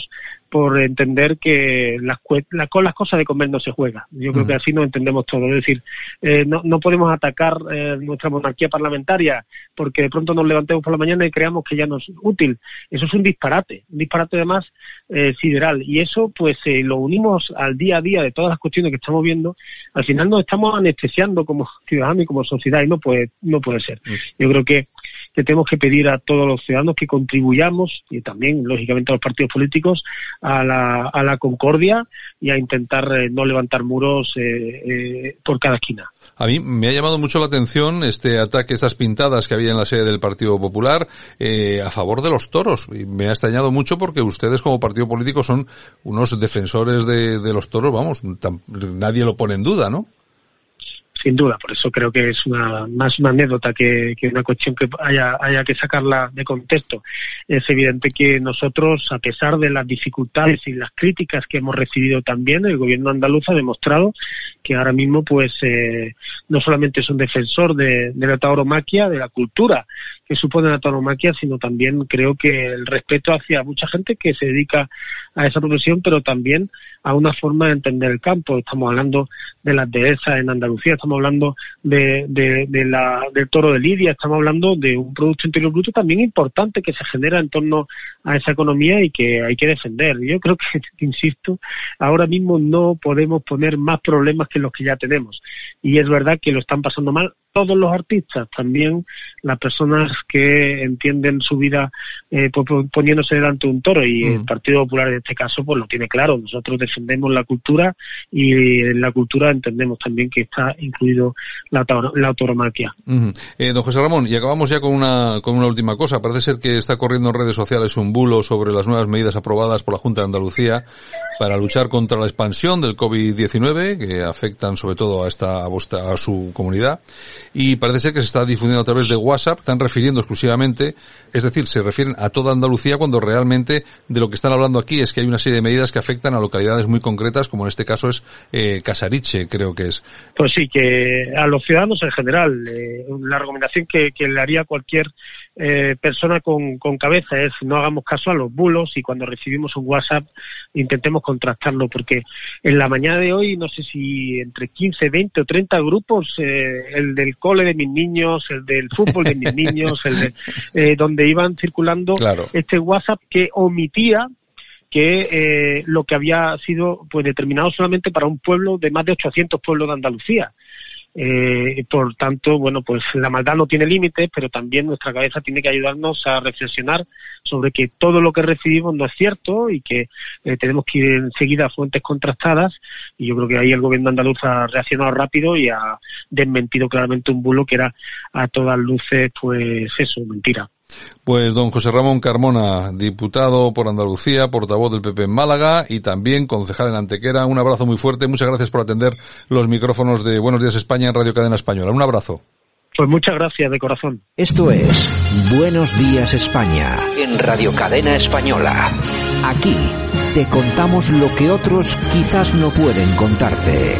por entender que con las cosas de comer no se juega. Yo creo que así nos entendemos todos. Es decir, no podemos atacar nuestra monarquía parlamentaria porque de pronto nos levantemos por la mañana y creamos que ya no es útil. Eso es un disparate además sideral. Y eso pues lo unimos al día a día de todas las cuestiones que estamos viendo. Al final nos estamos anestesiando como ciudadanos y como sociedad y no puede ser. Yo creo que tenemos que pedir a todos los ciudadanos que contribuyamos, y también, lógicamente, a los partidos políticos, a la concordia y a intentar no levantar muros por cada esquina. A mí me ha llamado mucho la atención este ataque, estas pintadas que había en la sede del Partido Popular a favor de los toros. Y me ha extrañado mucho porque ustedes como partido político son unos defensores de los toros, vamos, nadie lo pone en duda, ¿no? Sin duda, por eso creo que es más una anécdota que una cuestión que haya que sacarla de contexto. Es evidente que nosotros, a pesar de las dificultades y las críticas que hemos recibido también, el gobierno andaluz ha demostrado que ahora mismo pues no solamente es un defensor de la tauromaquia, de la cultura que supone la tauromaquia, sino también creo que el respeto hacia mucha gente que se dedica a esa profesión, pero también a una forma de entender el campo. Estamos hablando de las dehesas en Andalucía, estamos hablando del toro de Lidia, estamos hablando de un Producto Interior Bruto también importante que se genera en torno a esa economía y que hay que defender. Yo creo que, insisto, ahora mismo no podemos poner más problemas que los que ya tenemos. Y es verdad que lo están pasando mal todos los artistas, también las personas que entienden su vida poniéndose delante de un toro, y el Partido Popular en este caso pues lo tiene claro. Nosotros defendemos la cultura y en la cultura entendemos también que está incluido la tauromaquia. Don José Ramón, y acabamos ya con una última cosa. Parece ser que está corriendo en redes sociales un bulo sobre las nuevas medidas aprobadas por la Junta de Andalucía para luchar contra la expansión del COVID-19 que afectan sobre todo a su comunidad. Y parece ser que se está difundiendo a través de WhatsApp, están refiriendo exclusivamente, es decir, se refieren a toda Andalucía cuando realmente de lo que están hablando aquí es que hay una serie de medidas que afectan a localidades muy concretas, como en este caso es Casariche, creo que es. Pues sí, que a los ciudadanos en general, la recomendación que le haría cualquier persona con cabeza es no hagamos caso a los bulos y cuando recibimos un WhatsApp intentemos contrastarlo, porque en la mañana de hoy no sé si entre 15, 20 o 30 grupos, el del cole de mis niños, el del fútbol de mis niños, el de donde iban circulando este WhatsApp que omitía que lo que había sido pues determinado solamente para un pueblo de más de 800 pueblos de Andalucía. Por tanto, bueno, pues la maldad no tiene límites, pero también nuestra cabeza tiene que ayudarnos a reflexionar sobre que todo lo que recibimos no es cierto y que tenemos que ir enseguida a fuentes contrastadas, y yo creo que ahí el gobierno andaluz ha reaccionado rápido y ha desmentido claramente un bulo que era a todas luces, pues eso, mentira. Pues don José Ramón Carmona, diputado por Andalucía, portavoz del PP en Málaga y también concejal en Antequera, un abrazo muy fuerte, muchas gracias por atender los micrófonos de Buenos Días España en Radio Cadena Española. Un abrazo. Pues muchas gracias de corazón. Esto es Buenos Días España en Radio Cadena Española. Aquí te contamos lo que otros quizás no pueden contarte.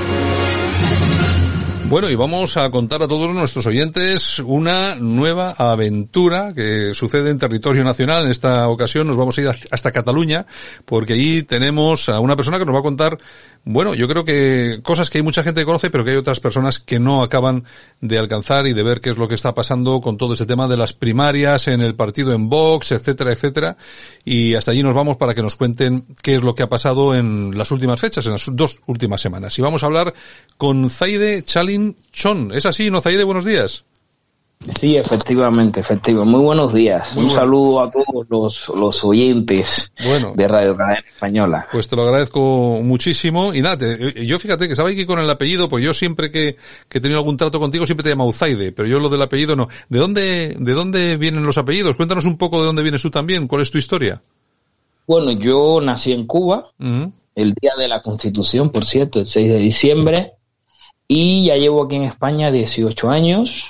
Bueno, y vamos a contar a todos nuestros oyentes una nueva aventura que sucede en territorio nacional. En esta ocasión nos vamos a ir hasta Cataluña, porque allí tenemos a una persona que nos va a contar, bueno, yo creo que cosas que hay mucha gente que conoce, pero que hay otras personas que no acaban de alcanzar y de ver qué es lo que está pasando con todo ese tema de las primarias en el partido en Vox, etcétera, etcétera. Y hasta allí nos vamos para que nos cuenten qué es lo que ha pasado en las últimas fechas, en las 2 últimas semanas. Y vamos a hablar con Zaide Chalin Chon. ¿Es así, no, Zaide? Buenos días. Sí, efectivamente. Muy buenos días. Un saludo a todos los oyentes de Radio Cadena Española. Pues te lo agradezco muchísimo. Y nada, yo fíjate que estaba aquí con el apellido, pues yo siempre que he tenido algún trato contigo siempre te he llamado Zaide, pero yo lo del apellido no. ¿De dónde vienen los apellidos? Cuéntanos un poco de dónde vienes tú también. ¿Cuál es tu historia? Bueno, yo nací en Cuba, el día de la Constitución, por cierto, el 6 de diciembre. Y ya llevo aquí en España 18 años.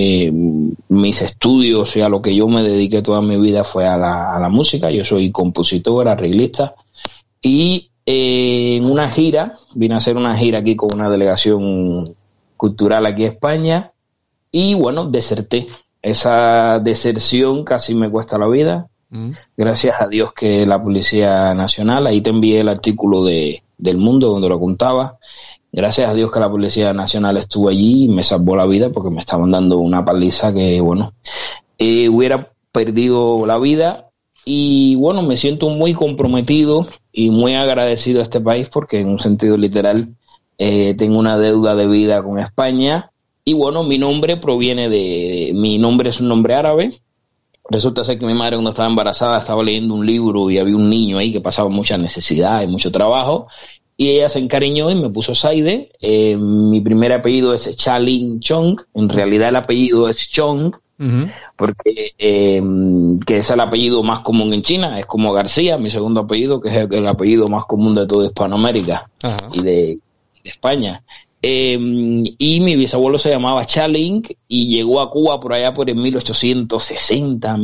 Mis estudios y a lo que yo me dediqué toda mi vida fue a la música. Yo soy compositor, arreglista. Y en una gira, vine a hacer una gira aquí con una delegación cultural aquí en España. Y bueno, deserté. Esa deserción casi me cuesta la vida. Gracias a Dios que la Policía Nacional, ahí te envié el artículo del Mundo donde lo contaba. Gracias a Dios que la Policía Nacional estuvo allí y me salvó la vida, porque me estaban dando una paliza que, bueno, hubiera perdido la vida. Y bueno, me siento muy comprometido y muy agradecido a este país, porque en un sentido literal tengo una deuda de vida con España. Y bueno, mi nombre mi nombre es un nombre árabe. Resulta ser que mi madre, cuando estaba embarazada, estaba leyendo un libro y había un niño ahí que pasaba mucha necesidad y mucho trabajo. Y ella se encariñó y me puso Saide. Mi primer apellido es Chalin Chong. En realidad el apellido es Chong, porque que es el apellido más común en China. Es como García, mi segundo apellido, que es el apellido más común de toda Hispanoamérica y de España. Y mi bisabuelo se llamaba Chalin y llegó a Cuba por allá por el 1860,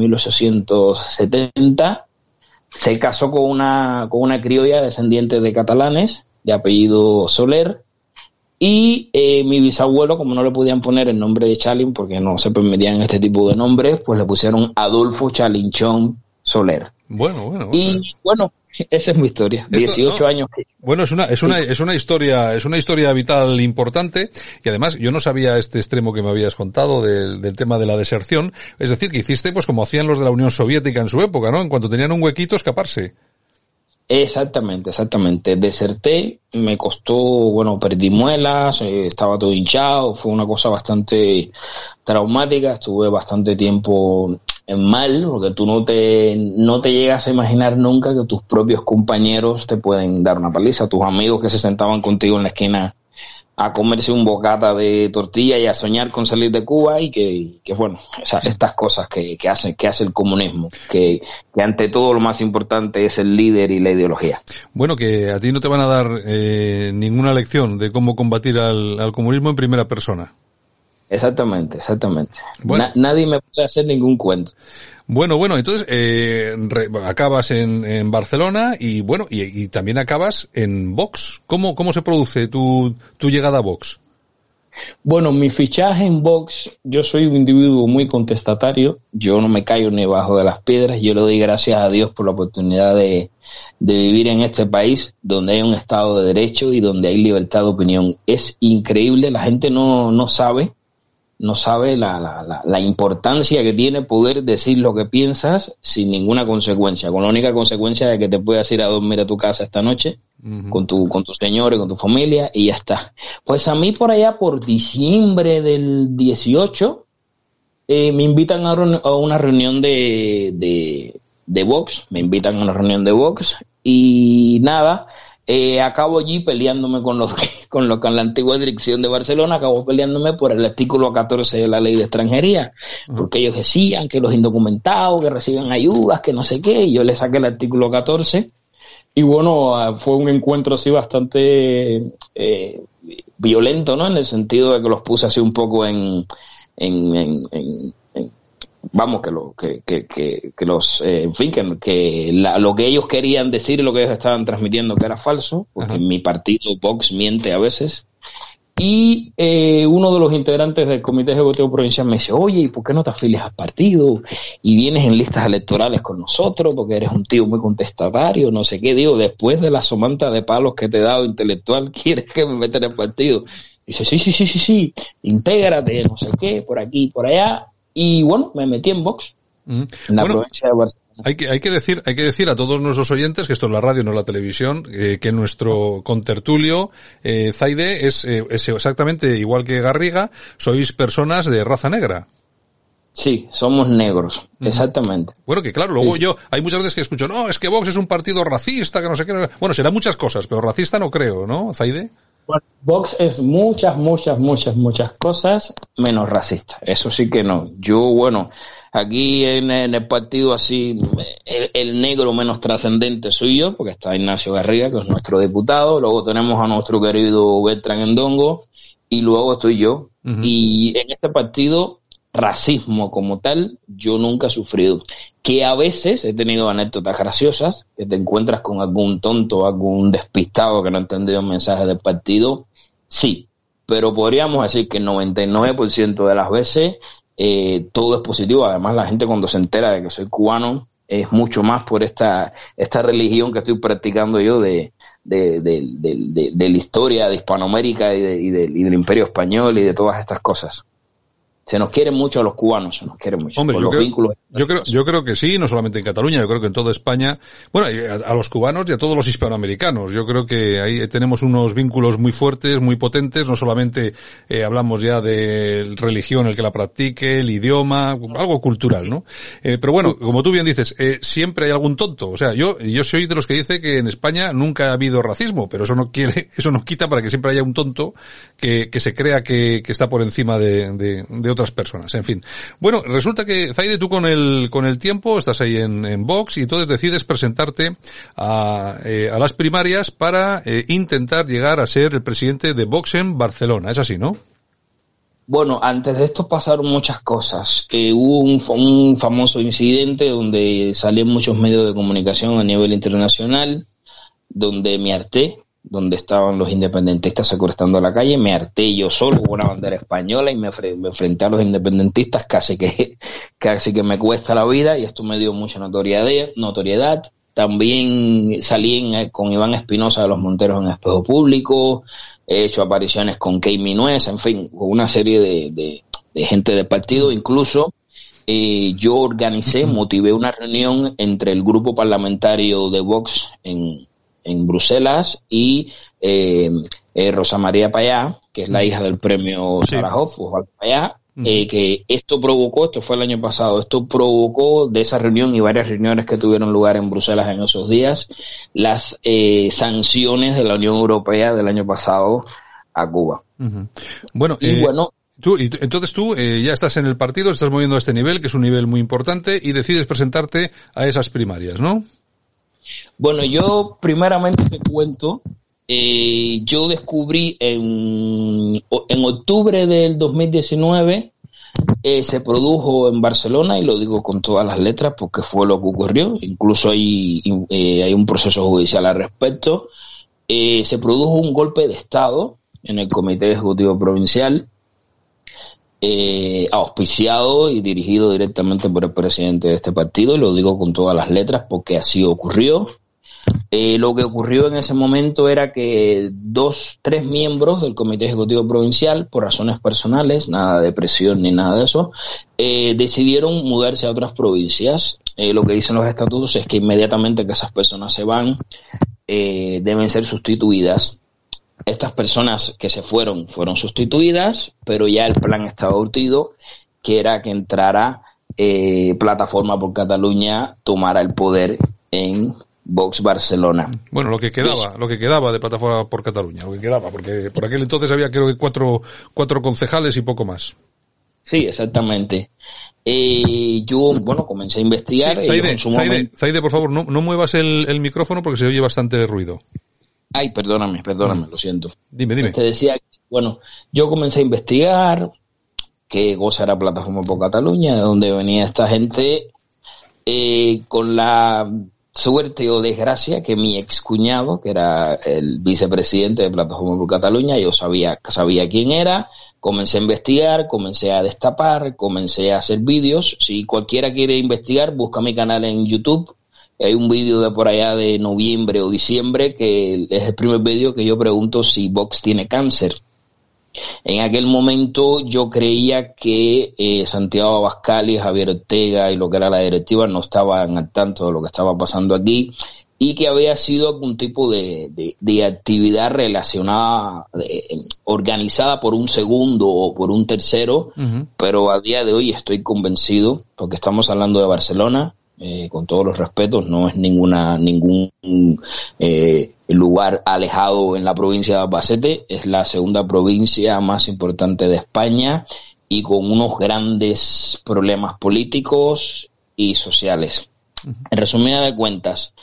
1870. Se casó con una criolla descendiente de catalanes, de apellido Soler, y mi bisabuelo, como no le podían poner el nombre de Chalin porque no se permitían este tipo de nombres, pues le pusieron Adolfo Chalinchón Soler. Bueno. Y bueno, esa es mi historia. 18 años. Bueno, es una historia vital importante, y además yo no sabía este extremo que me habías contado del tema de la deserción. Es decir, que hiciste pues como hacían los de la Unión Soviética en su época, ¿no? En cuanto tenían un huequito, escaparse. Exactamente. Deserté, me costó, bueno, perdí muelas, estaba todo hinchado, fue una cosa bastante traumática, estuve bastante tiempo mal, porque tú no te llegas a imaginar nunca que tus propios compañeros te pueden dar una paliza, tus amigos que se sentaban contigo en la esquina a comerse un bocata de tortilla y a soñar con salir de Cuba, y que bueno, estas cosas que hace el comunismo, que ante todo lo más importante es el líder y la ideología. Bueno, que a ti no te van a dar ninguna lección de cómo combatir al comunismo en primera persona. Exactamente. Bueno. Nadie me puede hacer ningún cuento. Bueno, entonces acabas en Barcelona y bueno, y también acabas en Vox. ¿Cómo se produce tu llegada a Vox? Bueno, mi fichaje en Vox, yo soy un individuo muy contestatario, yo no me callo ni bajo de las piedras, yo le doy gracias a Dios por la oportunidad de vivir en este país donde hay un Estado de Derecho y donde hay libertad de opinión. Es increíble, la gente no sabe la importancia que tiene poder decir lo que piensas sin ninguna consecuencia, con la única consecuencia de que te puedas ir a dormir a tu casa esta noche con tu señor y con tu familia, y ya está. Pues a mí por allá, por diciembre del 18, me invitan a una reunión de Vox, y nada, acabo allí peleándome con la antigua dirección de Barcelona, acabo peleándome por el artículo 14 de la ley de extranjería, porque ellos decían que los indocumentados que reciben ayudas, que no sé qué, y yo le saqué el artículo 14, y bueno, fue un encuentro así bastante violento, ¿no? En el sentido de que los puse así un poco lo que ellos querían decir y lo que ellos estaban transmitiendo que era falso, porque mi partido Vox miente a veces. Y uno de los integrantes del Comité Ejecutivo Provincial me dice: oye, ¿y por qué no te afilias al partido y vienes en listas electorales con nosotros? Porque eres un tío muy contestatario, no sé qué. Digo, después de la somanta de palos que te he dado intelectual, ¿quieres que me meta en el partido? Dice, sí, intégrate, no sé qué, por aquí, por allá. Y bueno, me metí en Vox, en la provincia de Barcelona. Hay que decir a todos nuestros oyentes que esto es la radio, no la televisión, que nuestro contertulio, Zaide, es exactamente igual que Garriga, sois personas de raza negra. Sí, somos negros, exactamente. Bueno, que claro, luego hay muchas veces que escucho, no, es que Vox es un partido racista, que no sé qué. Bueno, será muchas cosas, pero racista no creo, ¿no, Zaide? Bueno, Vox es muchas cosas menos racista. Eso sí que no. Yo, bueno, aquí en el partido así, el negro menos trascendente soy yo, porque está Ignacio Garriga, que es nuestro diputado. Luego tenemos a nuestro querido Bertrán Endongo, y luego estoy yo. Y en este partido, racismo como tal, yo nunca he sufrido. Que a veces he tenido anécdotas graciosas, que te encuentras con algún tonto, algún despistado que no ha entendido el mensaje del partido, sí, pero podríamos decir que el 99% de las veces todo es positivo. Además, la gente cuando se entera de que soy cubano, es mucho más por esta religión que estoy practicando yo de la historia de Hispanoamérica y del Imperio Español y de todas estas cosas. Se nos quiere mucho a los cubanos, se nos quiere mucho. Hombre, yo creo que sí, no solamente en Cataluña, yo creo que en toda España, bueno, a los cubanos y a todos los hispanoamericanos. Yo creo que ahí tenemos unos vínculos muy fuertes, muy potentes, no solamente hablamos ya de religión, el que la practique, el idioma, algo cultural, ¿no? Pero bueno, como tú bien dices, siempre hay algún tonto. O sea, yo soy de los que dice que en España nunca ha habido racismo, pero eso no quita para que siempre haya un tonto que se crea que está por encima de otras personas, en fin. Bueno, resulta que, Zaide, tú con el tiempo estás ahí en Vox y entonces decides presentarte a las primarias para intentar llegar a ser el presidente de Vox en Barcelona. ¿Es así, no? Bueno, antes de esto pasaron muchas cosas. Hubo un famoso incidente donde salían muchos medios de comunicación a nivel internacional, donde me harté, donde estaban los independentistas secuestrando la calle, me harté yo solo con una bandera española y me enfrenté a los independentistas, casi que me cuesta la vida, y esto me dio mucha notoriedad. También salí con Iván Espinosa de los Monteros en Espejo Público, he hecho apariciones con Key Minuesa, en fin, con una serie de gente del partido. Incluso yo motivé una reunión entre el grupo parlamentario de Vox en Bruselas y Rosa María Payá, que es la hija del premio Sájarov, Osvaldo Payá, que esto fue el año pasado, esto provocó de esa reunión y varias reuniones que tuvieron lugar en Bruselas en esos días, las sanciones de la Unión Europea del año pasado a Cuba. Bueno, entonces tú ya estás en el partido, estás moviendo a este nivel, que es un nivel muy importante, y decides presentarte a esas primarias, ¿no? Bueno, yo primeramente te cuento, yo descubrí en octubre del 2019, se produjo en Barcelona, y lo digo con todas las letras porque fue lo que ocurrió, incluso hay un proceso judicial al respecto, se produjo un golpe de Estado en el Comité Ejecutivo Provincial, auspiciado y dirigido directamente por el presidente de este partido, y lo digo con todas las letras porque así ocurrió. Lo que ocurrió en ese momento era que 3 miembros del Comité Ejecutivo Provincial, por razones personales, nada de presión ni nada de eso, decidieron mudarse a otras provincias. Lo que dicen los estatutos es que inmediatamente que esas personas se van, deben ser sustituidas. Estas personas que se fueron sustituidas, pero ya el plan estaba urdido, que era que entrara Plataforma por Cataluña, tomara el poder en Vox Barcelona. Bueno, lo que quedaba de Plataforma por Cataluña, porque por aquel entonces había creo que cuatro concejales y poco más. Sí, exactamente. Yo, comencé a investigar. Sí, Zaide, por favor, no muevas el micrófono porque se oye bastante ruido. Ay, perdóname, lo siento. Dime. Te decía, yo comencé a investigar qué cosa era Plataforma por Cataluña, de dónde venía esta gente, con la suerte o desgracia que mi excuñado, que era el vicepresidente de Plataforma por Cataluña, yo sabía quién era, comencé a investigar, comencé a destapar, comencé a hacer vídeos. Si cualquiera quiere investigar, busca mi canal en YouTube. Hay un vídeo de por allá de noviembre o diciembre que es el primer vídeo que yo pregunto si Vox tiene cáncer. En aquel momento yo creía que Santiago Abascal y Javier Ortega y lo que era la directiva no estaban al tanto de lo que estaba pasando aquí, y que había sido algún tipo de actividad relacionada, organizada por un segundo o por un tercero, pero a día de hoy estoy convencido, porque estamos hablando de Barcelona, con todos los respetos, no es ningún lugar alejado en la provincia de Albacete, es la segunda provincia más importante de España y con unos grandes problemas políticos y sociales. En resumida de cuentas,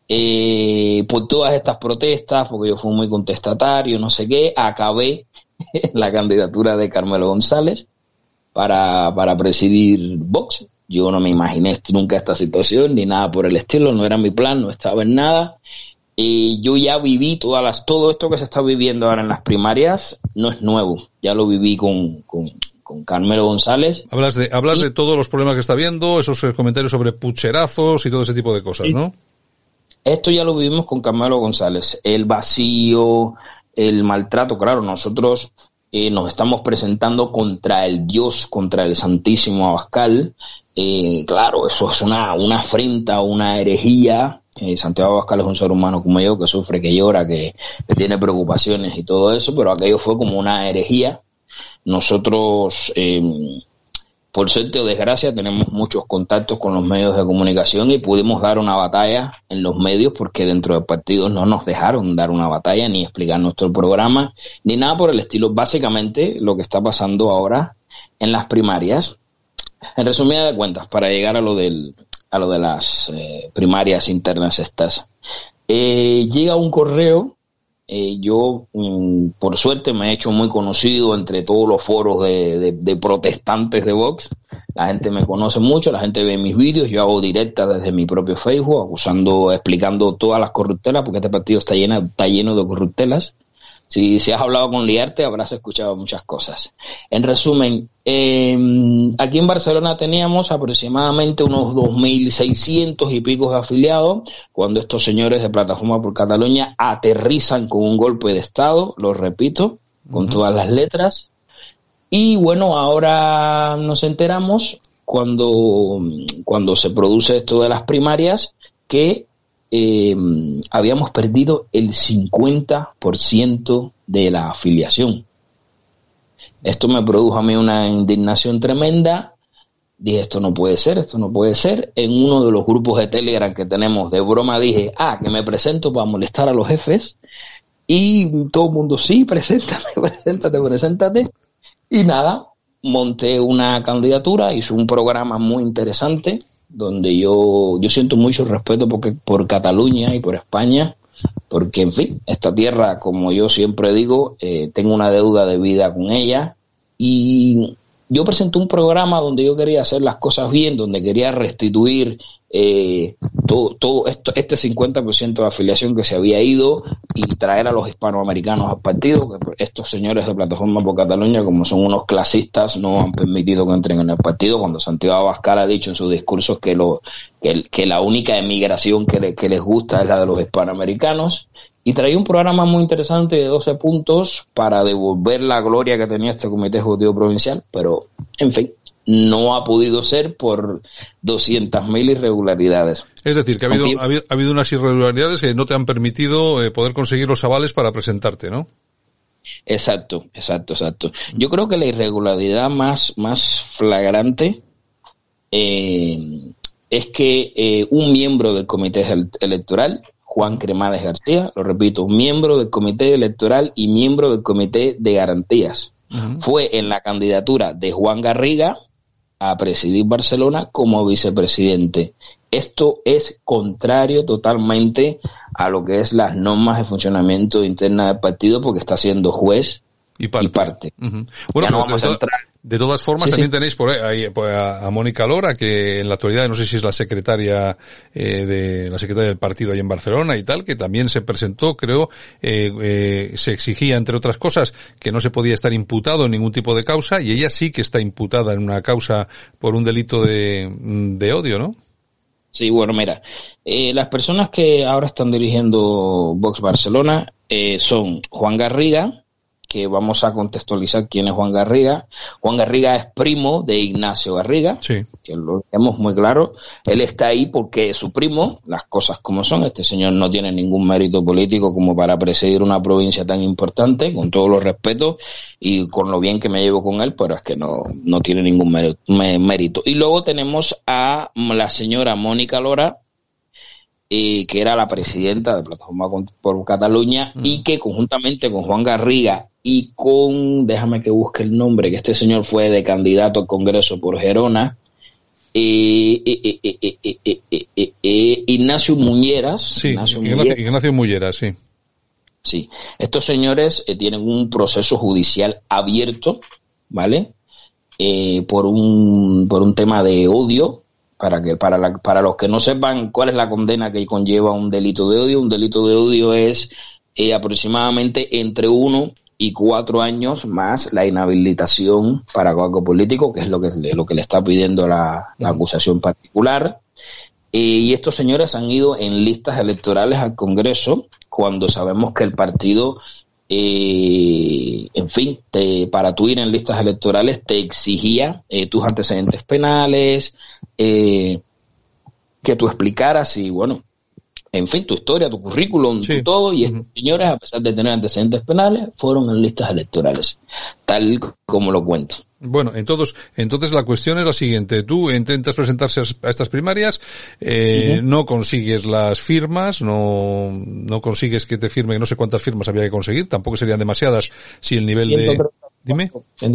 por todas estas protestas, porque yo fui muy contestatario, no sé qué, acabé la candidatura de Carmelo González para presidir Vox. Yo no me imaginé nunca esta situación, ni nada por el estilo, no era mi plan, no estaba en nada. Yo ya viví todo esto que se está viviendo ahora en las primarias, no es nuevo, ya lo viví con con Carmelo González. Hablas de todos los problemas que está habiendo, esos comentarios sobre pucherazos y todo ese tipo de cosas, ¿no? Esto ya lo vivimos con Carmelo González. El vacío, el maltrato, claro, nosotros nos estamos presentando contra el Dios, contra el Santísimo Abascal. Claro, eso es una afrenta, una herejía. Santiago Abascal es un ser humano como yo, que sufre, que llora, que tiene preocupaciones y todo eso, pero aquello fue como una herejía. Nosotros, por suerte o desgracia, tenemos muchos contactos con los medios de comunicación y pudimos dar una batalla en los medios, porque dentro del partido no nos dejaron dar una batalla, ni explicar nuestro programa, ni nada por el estilo. Básicamente, lo que está pasando ahora en las primarias, en resumida de cuentas, para llegar a lo de las primarias internas estas, llega un correo. Yo, por suerte, me he hecho muy conocido entre todos los foros de protestantes de Vox. La gente me conoce mucho, la gente ve mis vídeos. Yo hago directas desde mi propio Facebook, explicando todas las corruptelas, porque este partido está lleno de corruptelas. Si has hablado con Liarte, habrás escuchado muchas cosas. En resumen, aquí en Barcelona teníamos aproximadamente unos 2.600 y pico de afiliados, cuando estos señores de Plataforma por Cataluña aterrizan con un golpe de Estado, lo repito, con todas las letras. Y bueno, ahora nos enteramos cuando se produce esto de las primarias, que habíamos perdido el 50% de la afiliación. Esto me produjo a mí una indignación tremenda. Dije, esto no puede ser. En uno de los grupos de Telegram que tenemos, de broma, dije, que me presento para molestar a los jefes. Y todo el mundo, sí, preséntate. Y nada, monté una candidatura, hice un programa muy interesante, donde yo siento mucho respeto por Cataluña y por España, porque, en fin, esta tierra, como yo siempre digo, tengo una deuda de vida con ella, y yo presenté un programa donde yo quería hacer las cosas bien, donde quería restituir todo este 50% de afiliación que se había ido, y traer a los hispanoamericanos al partido, que estos señores de Plataforma por Cataluña, como son unos clasistas, no han permitido que entren en el partido, cuando Santiago Abascal ha dicho en sus discursos que la única emigración que les gusta es la de los hispanoamericanos. Y traía un programa muy interesante de 12 puntos para devolver la gloria que tenía este Comité Ejecutivo Provincial, pero, en fin, no ha podido ser por 200.000 irregularidades. Es decir, que ha habido unas irregularidades que no te han permitido poder conseguir los avales para presentarte, ¿no? Exacto. Yo creo que la irregularidad más flagrante es que un miembro del Comité Electoral, Juan Cremades García, lo repito, miembro del Comité Electoral y miembro del Comité de Garantías, fue en la candidatura de Juan Garriga a presidir Barcelona como vicepresidente. Esto es contrario totalmente a lo que es las normas de funcionamiento interna del partido, porque está siendo juez y parte. Bueno, de todas formas, también tenéis por ahí a Mónica Lora, que en la actualidad no sé si es la secretaria del partido ahí en Barcelona y tal, que también se presentó, creo, se exigía, entre otras cosas, que no se podía estar imputado en ningún tipo de causa, y ella sí que está imputada en una causa por un delito de odio, ¿no? Sí, bueno, mira, las personas que ahora están dirigiendo Vox Barcelona son Juan Garriga, que vamos a contextualizar quién es Juan Garriga. Juan Garriga es primo de Ignacio Garriga, que lo tenemos muy claro. Él está ahí porque es su primo, las cosas como son. Este señor no tiene ningún mérito político como para presidir una provincia tan importante, con todos los respetos y con lo bien que me llevo con él, pero es que no tiene ningún mérito. Y luego tenemos a la señora Mónica Lora, que era la presidenta de Plataforma por Cataluña, y que conjuntamente con Juan Garriga y déjame que busque el nombre, que este señor fue de candidato al Congreso por Gerona, Ignacio Muñeras. Sí, Ignacio Muñeras, sí. Sí, estos señores tienen un proceso judicial abierto, ¿vale? Por un tema de odio. Para los que no sepan cuál es la condena que conlleva un delito de odio es aproximadamente entre 1 y 4 años más la inhabilitación para coaco político, que es lo que le está pidiendo la acusación particular. Y estos señores han ido en listas electorales al Congreso cuando sabemos que el partido, en fin, para tú ir en listas electorales te exigía tus antecedentes penales, que tú explicaras y bueno, en fin, tu historia, tu currículum, tu todo, y estos señores, a pesar de tener antecedentes penales, fueron en listas electorales, tal como lo cuento. Bueno, entonces la cuestión es la siguiente. Tú intentas presentarse a estas primarias, no consigues las firmas, no consigues que te firmen, no sé cuántas firmas había que conseguir, tampoco serían demasiadas si el nivel de... Dime.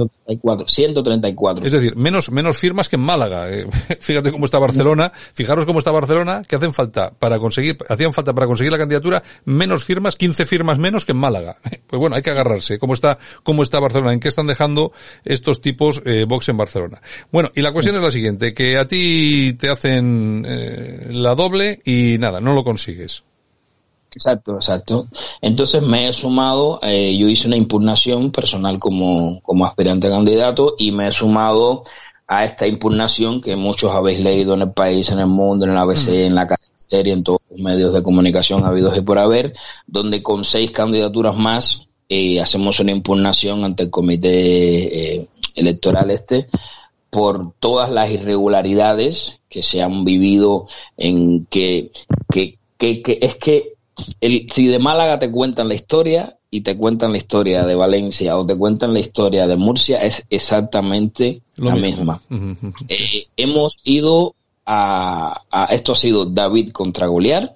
134. Es decir, menos firmas que en Málaga. Fíjate cómo está Barcelona, fijaros cómo está Barcelona, que hacían falta para conseguir la candidatura menos firmas, 15 firmas menos que en Málaga. Pues bueno, hay que agarrarse. ¿Cómo está Barcelona? ¿En qué están dejando estos tipos Vox en Barcelona? Bueno, y la cuestión es la siguiente, que a ti te hacen la doble y nada, no lo consigues. Exacto. Entonces me he sumado, yo hice una impugnación personal como aspirante a candidato y me he sumado a esta impugnación que muchos habéis leído en El País, en El Mundo, en el ABC, en la cadena serie, en todos los medios de comunicación habidos y por haber, donde con 6 candidaturas más hacemos una impugnación ante el comité electoral por todas las irregularidades que se han vivido en que es que si de Málaga te cuentan la historia y te cuentan la historia de Valencia o te cuentan la historia de Murcia, es exactamente la misma. Hemos ido esto ha sido David contra Goliat,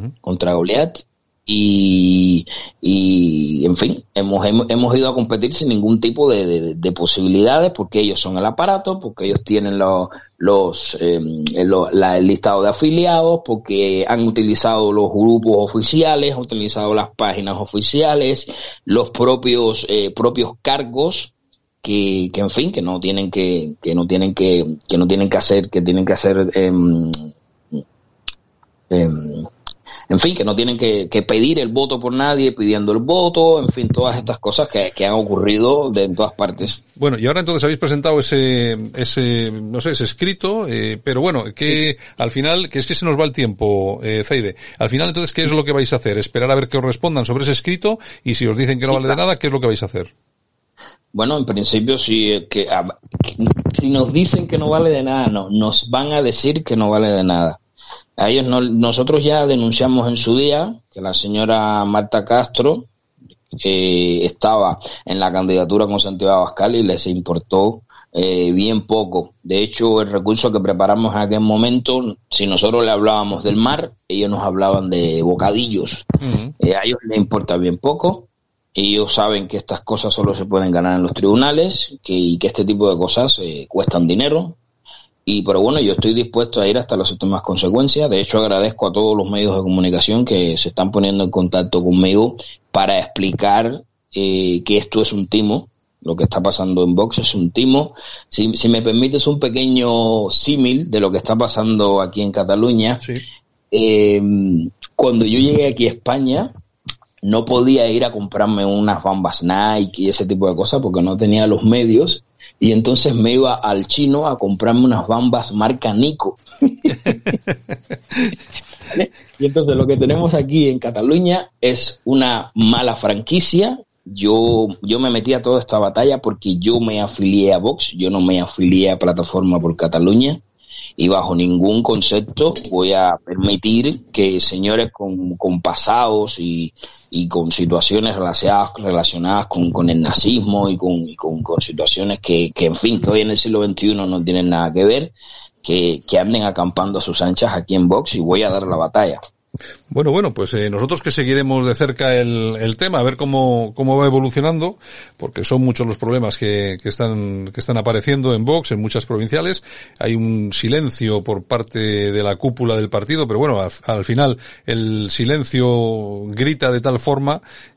y en fin, hemos ido a competir sin ningún tipo de posibilidades, porque ellos son el aparato, porque ellos tienen el listado de afiliados, porque han utilizado los grupos oficiales, han utilizado las páginas oficiales, los propios cargos que en fin, que tienen que pedir el voto por nadie, pidiendo el voto, en fin, todas estas cosas que han ocurrido en todas partes. Bueno, y ahora entonces habéis presentado ese escrito, pero bueno, que al final, que es que se nos va el tiempo, Zaide. Al final, entonces, ¿qué es lo que vais a hacer? Esperar a ver que os respondan sobre ese escrito, y si os dicen que no vale de nada, ¿qué es lo que vais a hacer? Bueno, en principio, si nos dicen que no vale de nada, no, nos van a decir que no vale de nada. A ellos nosotros ya denunciamos en su día que la señora Marta Castro estaba en la candidatura con Santiago Abascal y les importó bien poco. De hecho, el recurso que preparamos en aquel momento, si nosotros le hablábamos del mar, ellos nos hablaban de bocadillos. A ellos les importa bien poco. Ellos saben que estas cosas solo se pueden ganar en los tribunales y que este tipo de cosas cuestan dinero. Pero bueno, yo estoy dispuesto a ir hasta las últimas consecuencias. De hecho, agradezco a todos los medios de comunicación que se están poniendo en contacto conmigo para explicar que esto es un timo. Lo que está pasando en Vox es un timo. Si me permites un pequeño símil de lo que está pasando aquí en Cataluña. Sí. Cuando yo llegué aquí a España, no podía ir a comprarme unas Bambas Nike y ese tipo de cosas porque no tenía los medios. Y entonces me iba al chino a comprarme unas Bambas marca Nico. ¿Vale? Y entonces lo que tenemos aquí en Cataluña es una mala franquicia. Yo me metí a toda esta batalla porque yo me afilié a Vox, yo no me afilié a Plataforma por Cataluña. Y bajo ningún concepto voy a permitir que señores con pasados y con situaciones relacionadas con el nazismo y con situaciones que en fin, que hoy en el siglo XXI no tienen nada que ver, que anden acampando a sus anchas aquí en Vox, y voy a dar la batalla. Bueno, pues nosotros que seguiremos de cerca el tema, a ver cómo va evolucionando, porque son muchos los problemas que están apareciendo en Vox, en muchas provinciales. Hay un silencio por parte de la cúpula del partido, pero bueno, al final el silencio grita de tal forma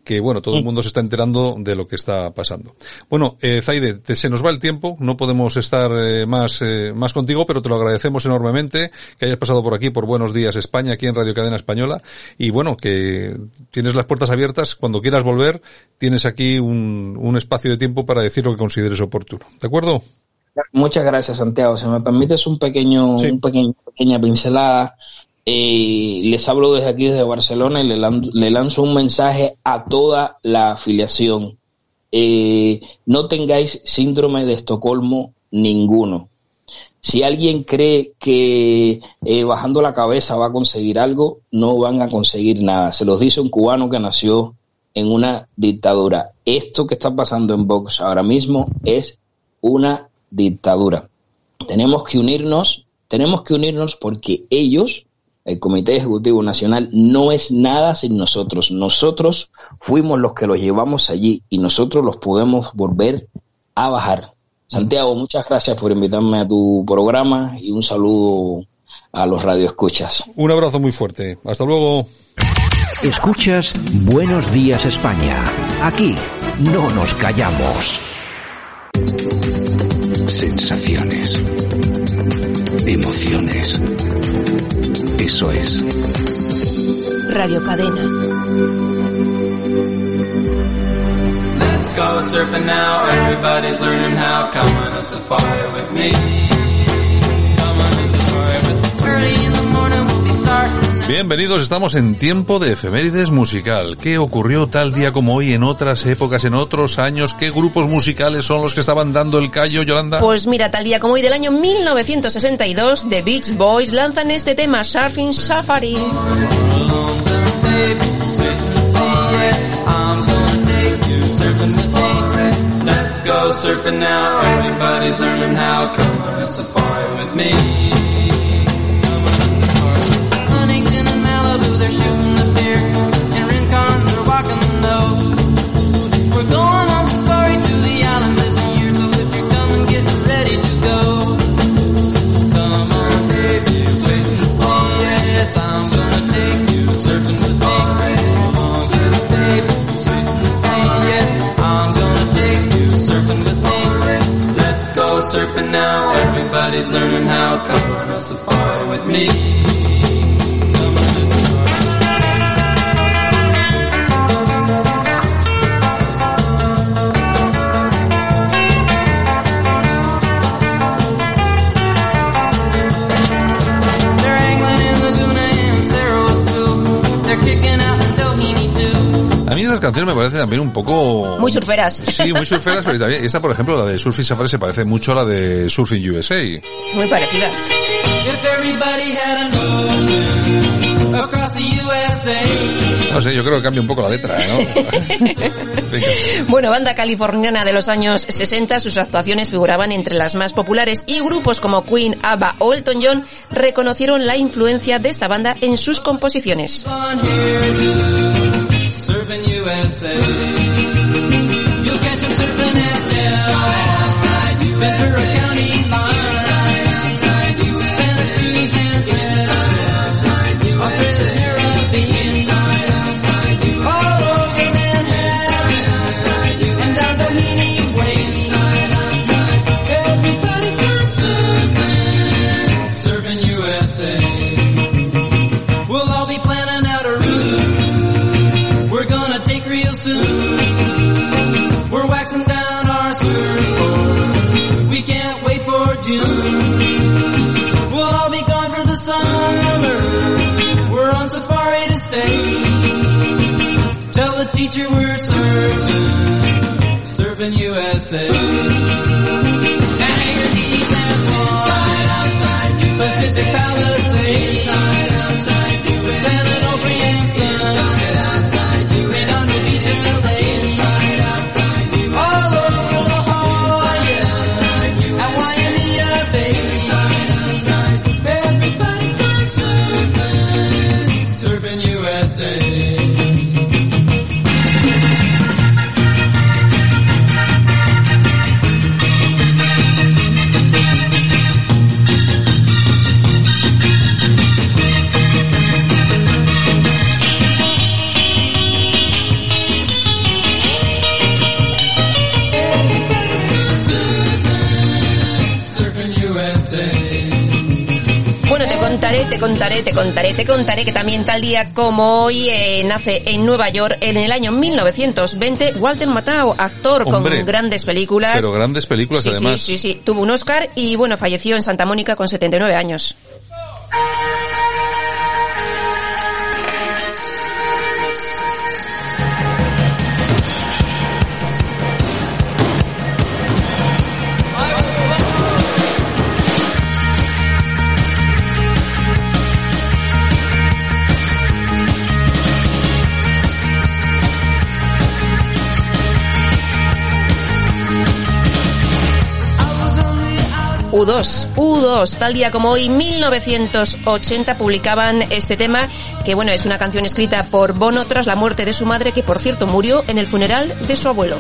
que bueno, todo el mundo se está enterando de lo que está pasando. Bueno, Zaide, se nos va el tiempo, no podemos estar más contigo, pero te lo agradecemos enormemente que hayas pasado por aquí, por Buenos Días España, aquí en Radio Cadena Española, y bueno, que tienes las puertas abiertas, cuando quieras volver, tienes aquí un espacio de tiempo para decir lo que consideres oportuno. ¿De acuerdo? Muchas gracias, Santiago. Si me permites pequeña pincelada, les hablo desde aquí, desde Barcelona, y le lanzo un mensaje a toda la afiliación. No tengáis síndrome de Estocolmo ninguno. Si alguien cree que bajando la cabeza va a conseguir algo, no van a conseguir nada. Se los dice un cubano que nació en una dictadura. Esto que está pasando en Vox ahora mismo es una dictadura. Tenemos que unirnos porque ellos, el Comité Ejecutivo Nacional, no es nada sin nosotros. Nosotros fuimos los que los llevamos allí y nosotros los podemos volver a bajar. Santiago, muchas gracias por invitarme a tu programa y un saludo a los radioescuchas. Un abrazo muy fuerte. Hasta luego. Escuchas Buenos Días España. Aquí no nos callamos. Sensaciones, emociones. Eso es Radio Cadena. Let's go surfing now, everybody's learning how. Come on a safari with me. Come on a safari with me. Early in the morning we'll be starting. Bienvenidos, estamos en tiempo de efemérides musical. ¿Qué ocurrió tal día como hoy en otras épocas, en otros años? ¿Qué grupos musicales son los que estaban dando el callo, Yolanda? Pues mira, tal día como hoy del año 1962, The Beach Boys lanzan este tema, Surfing Safari. Let's go surfing now, everybody's learning how. Come on a safari with me. They're shooting the deer, in Rincon they're walking the nose. We're going on safari to the island this year, so if you're coming, get ready to go. Come on, baby, wait and see. Yes, I'm gonna take you surfing with me. Come on, baby, wait and see. Yes, I'm gonna take you surfing with me. Let's go surfing now, everybody's learning how. Come on a safari with me. A mí esas canciones me parecen también un poco... Muy surferas. Sí, muy surferas, pero también esta, por ejemplo, la de Surfing Safari se parece mucho a la de Surfing USA. Muy parecidas. No sé, yo creo que cambia un poco la letra, ¿no? Bueno, banda californiana de los años 60, sus actuaciones figuraban entre las más populares y grupos como Queen, ABBA o Elton John reconocieron la influencia de esta banda en sus composiciones. Surfing USA. You'll catch them surfing at Nell, Ventura County line, Santa Cruz and Trent, Australia, Caribbean, all over Manhattan, and down Doheny Way. Everybody's gone surfing, surfing USA. We'll all be planning out a route we're gonna take real soon. We're waxing down our surfboard. We can't wait for June. We'll all be gone for the summer. We're on safari to stay. Tell the teacher we're surfing, surfing USA. Anchorage and Palm, Pacific Palisades, San Onofre and Sun, Redondo Beach and LA, all over La Jolla, and Waimea Bay. Everybody's gone surfing, surfing USA. Bueno, te contaré que también tal día como hoy nace en Nueva York en el año 1920 Walter Matthau, actor. Hombre, con grandes películas. Pero grandes películas, además. Sí. Tuvo un Oscar y bueno, falleció en Santa Mónica con 79 años. U2, tal día como hoy, 1980, publicaban este tema, que bueno, es una canción escrita por Bono tras la muerte de su madre, que por cierto murió en el funeral de su abuelo.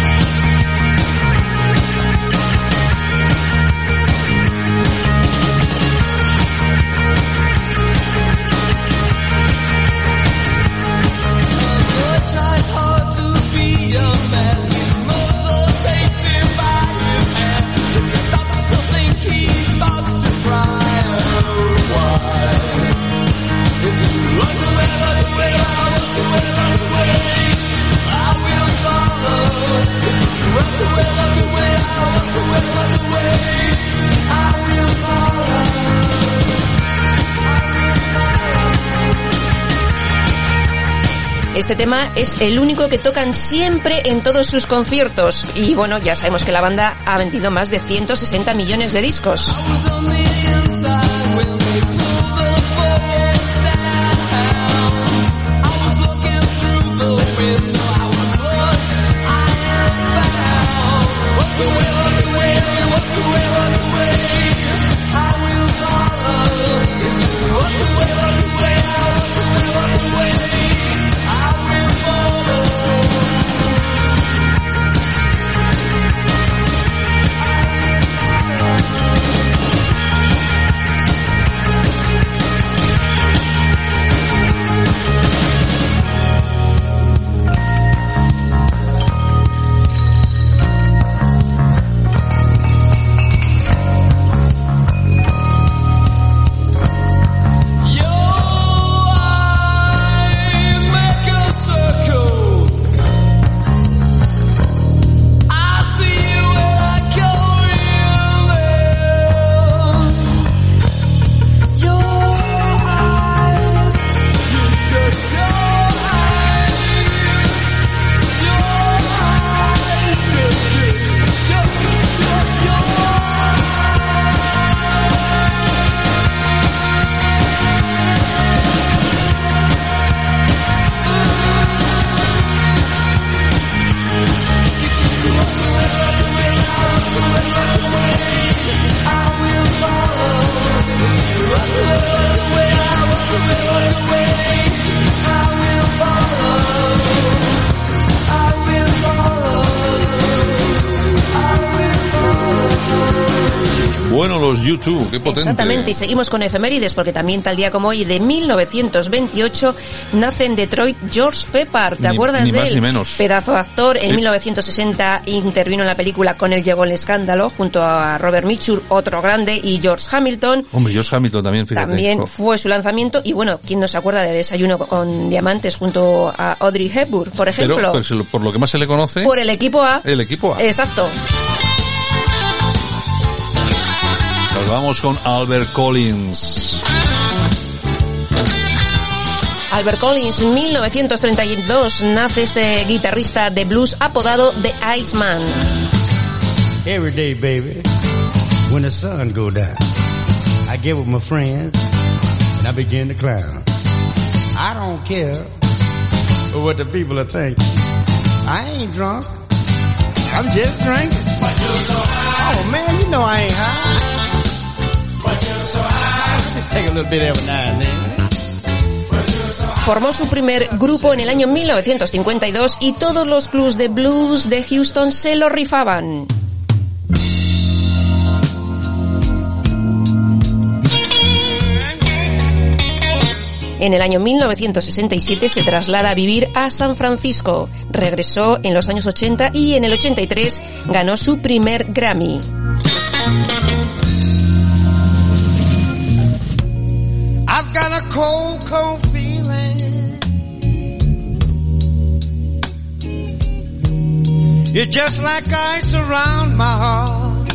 Este tema es el único que tocan siempre en todos sus conciertos. Y bueno, ya sabemos que la banda ha vendido más de 160 millones de discos. Bueno, los U2, qué potente. Exactamente, y seguimos con efemérides, porque también tal día como hoy, de 1928, nace en Detroit George Peppard. ¿Te acuerdas de él? Ni más ni menos. Pedazo de actor. En 1960 intervino en la película Con él llegó el escándalo, junto a Robert Mitchum, otro grande, y George Hamilton. Hombre, George Hamilton también, fíjate. También fue su lanzamiento, y bueno, ¿quién no se acuerda de Desayuno con Diamantes junto a Audrey Hepburn, por ejemplo? Pero por lo que más se le conoce... Por el equipo A. El equipo A. Exacto. Nos vamos con Albert Collins. Albert Collins, en 1932, nace este guitarrista de blues apodado The Iceman. Every day, baby, when the sun go down, I get with my friends and I begin to clown. I don't care what the people are thinking. I ain't drunk, I'm just drinking. Oh man, you know I ain't high. Take a little bit every now and then. Formó su primer grupo en el año 1952 y todos los clubs de blues de Houston se lo rifaban. En el año 1967 se traslada a vivir a San Francisco. Regresó en los años 80 y en el 83 ganó su primer Grammy. cold, cold feeling. You're just like ice around my heart.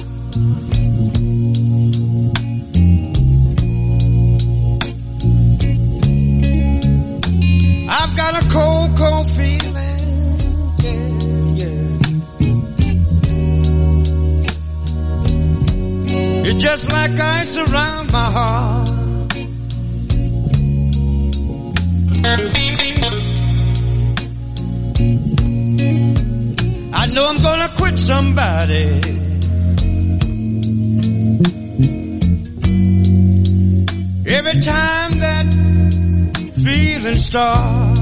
I've got a cold, cold feeling. Yeah, yeah. You're just like ice around my heart. I know I'm gonna quit somebody. Every time that feeling starts.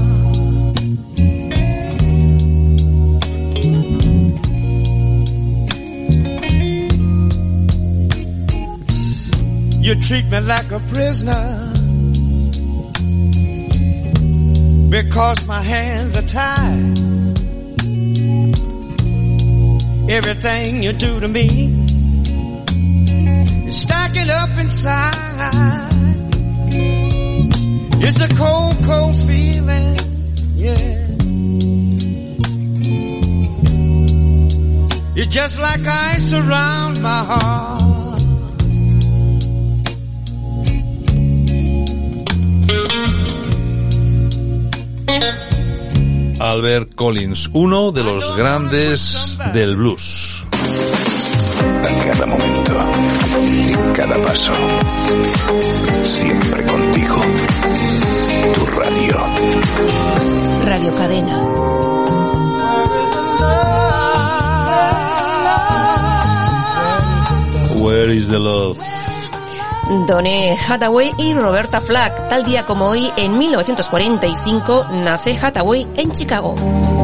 You treat me like a prisoner because my hands are tied. Everything you do to me is stacking up inside. It's a cold, cold feeling, yeah. You're just like ice around my heart. Albert Collins, uno de los grandes del blues. En cada momento, en cada paso, siempre contigo. Tu radio. Radio Cadena. Where is the love? Donny Hathaway y Roberta Flack. Tal día como hoy, en 1945, nace Hathaway en Chicago.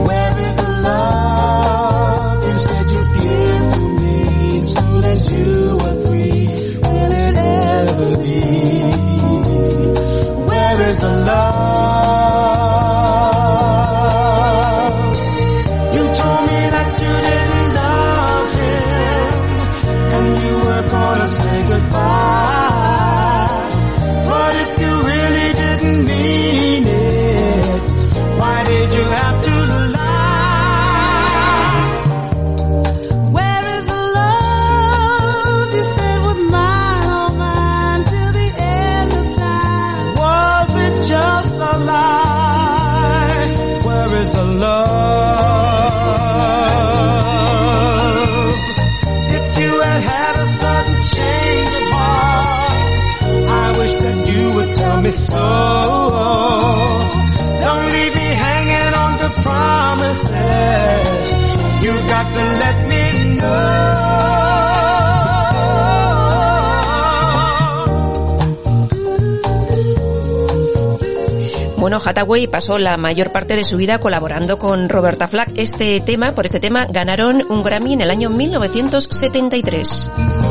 So don't leave me hanging on to promises. You got to let me know. Bueno, Hathaway pasó la mayor parte de su vida colaborando con Roberta Flack. Por este tema ganaron un Grammy en el año 1973.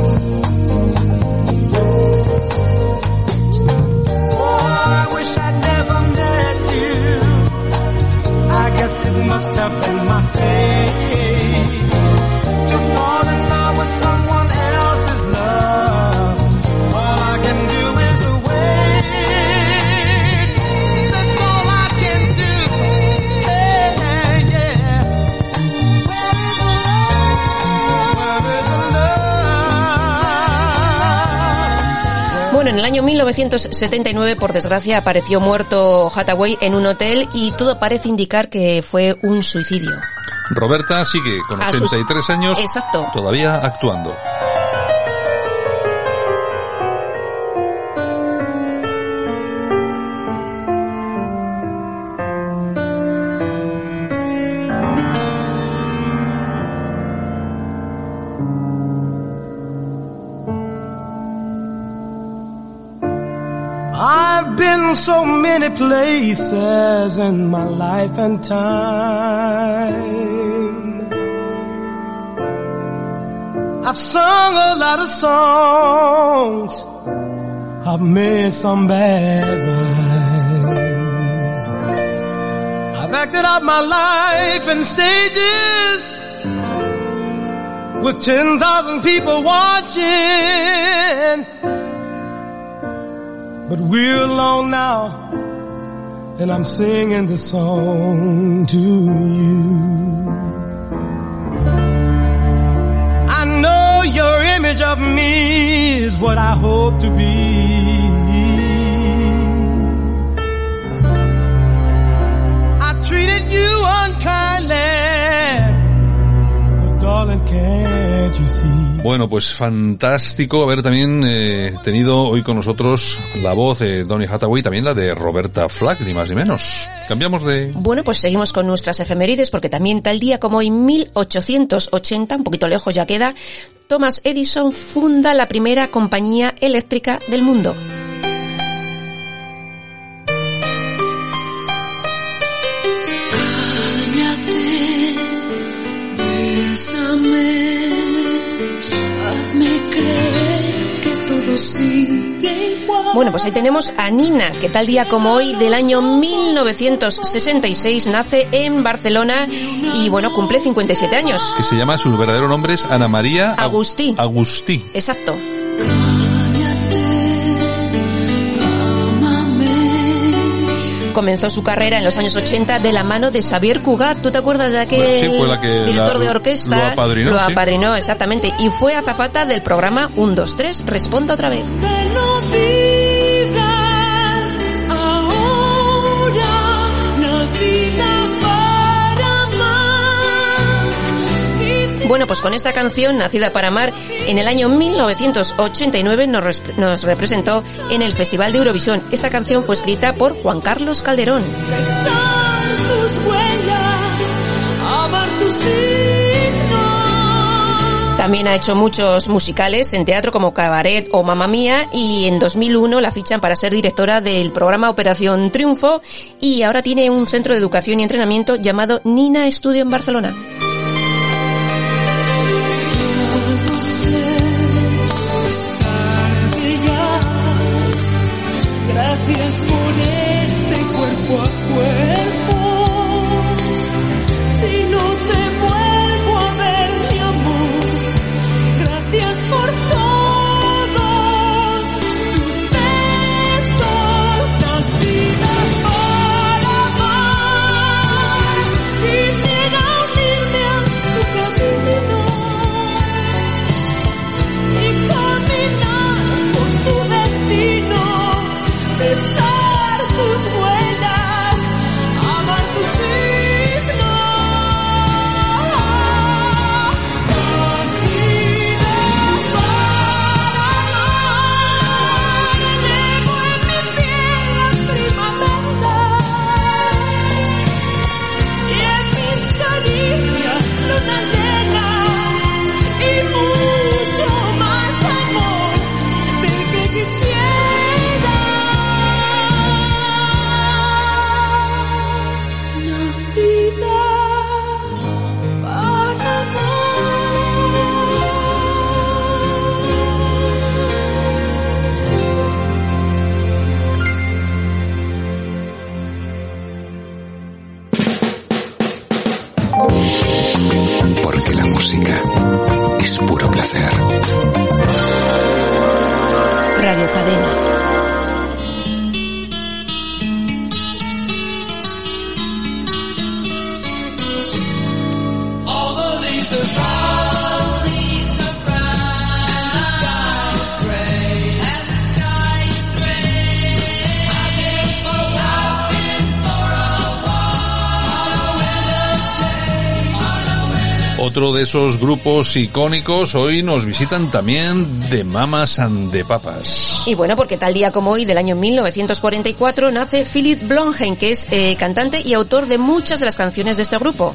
Must have been my fate to fall in love with someone else's love. All I can do is wait. That's all I can do. Yeah, yeah. Where is the love? Bueno, en el año 1979, por desgracia, apareció muerto Hathaway en un hotel y todo parece indicar que fue un suicidio. Roberta sigue con 83 años, exacto, todavía actuando. I've been so many places in my life and time. I've sung a lot of songs. I've made some bad rhymes. I've acted out my life in stages with 10,000 people watching. but we're alone now, and I'm singing this song to you. I know your image of me is what I hope to be. I treated you unkindly, but darling, can't you see? Bueno, pues fantástico haber también tenido hoy con nosotros la voz de Donny Hathaway, también la de Roberta Flack, ni más ni menos. Cambiamos de... Bueno, pues seguimos con nuestras efemérides, porque también tal día como en 1880, un poquito lejos ya queda, Thomas Edison funda la primera compañía eléctrica del mundo. Cállate, bésame. Me cree que todo sigue igual. Bueno, pues ahí tenemos a Nina, que tal día como hoy del año 1966 nace en Barcelona y bueno, cumple 57 años. Que se llama, su verdadero nombre es Ana María Agustí. Agustí. Exacto. Comenzó su carrera en los años 80 de la mano de Xavier Cugat. ¿Tú te acuerdas de aquel director de orquesta? Lo apadrinó. Lo apadrinó, exactamente. Y fue azafata del programa 1, 2, 3, Responda otra vez. Bueno, pues con esta canción, Nacida para Amar, en el año 1989 nos representó en el Festival de Eurovisión. Esta canción fue escrita por Juan Carlos Calderón. También ha hecho muchos musicales en teatro como Cabaret o Mamma Mía, y en 2001 la fichan para ser directora del programa Operación Triunfo, y ahora tiene un centro de educación y entrenamiento llamado Nina Estudio en Barcelona. Gracias por este cuerpo a cuerpo. Si no te vuelvo a ver, mi amor, gracias por todos tus besos. Nacida para amar, quisiera unirme a tu camino y caminar por tu destino. Besar tus huellas, amar tu signo. Nacida para amar, llevo en mi piel la primavera y en mis caricias luna llena y mucho más amor del que quisiera. Porque la música es puro placer. Radio Cadena. Otro de esos grupos icónicos, hoy nos visitan también The Mamas and the Papas. Y bueno, porque tal día como hoy, del año 1944, nace Philip Blomheim, que es cantante y autor de muchas de las canciones de este grupo.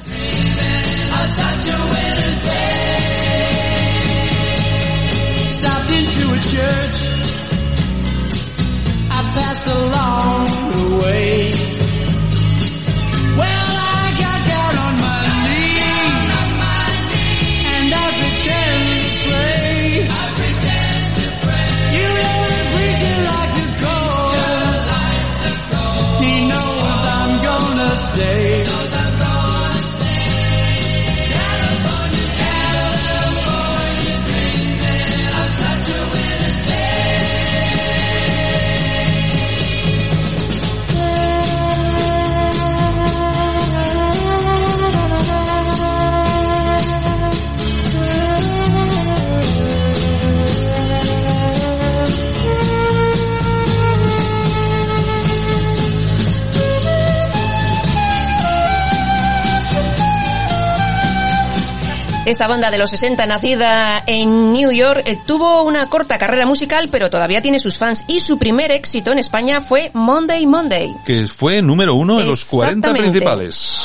Esta banda de los 60, nacida en New York, tuvo una corta carrera musical, pero todavía tiene sus fans, y su primer éxito en España fue Monday Monday, que fue número 1 en los 40 principales.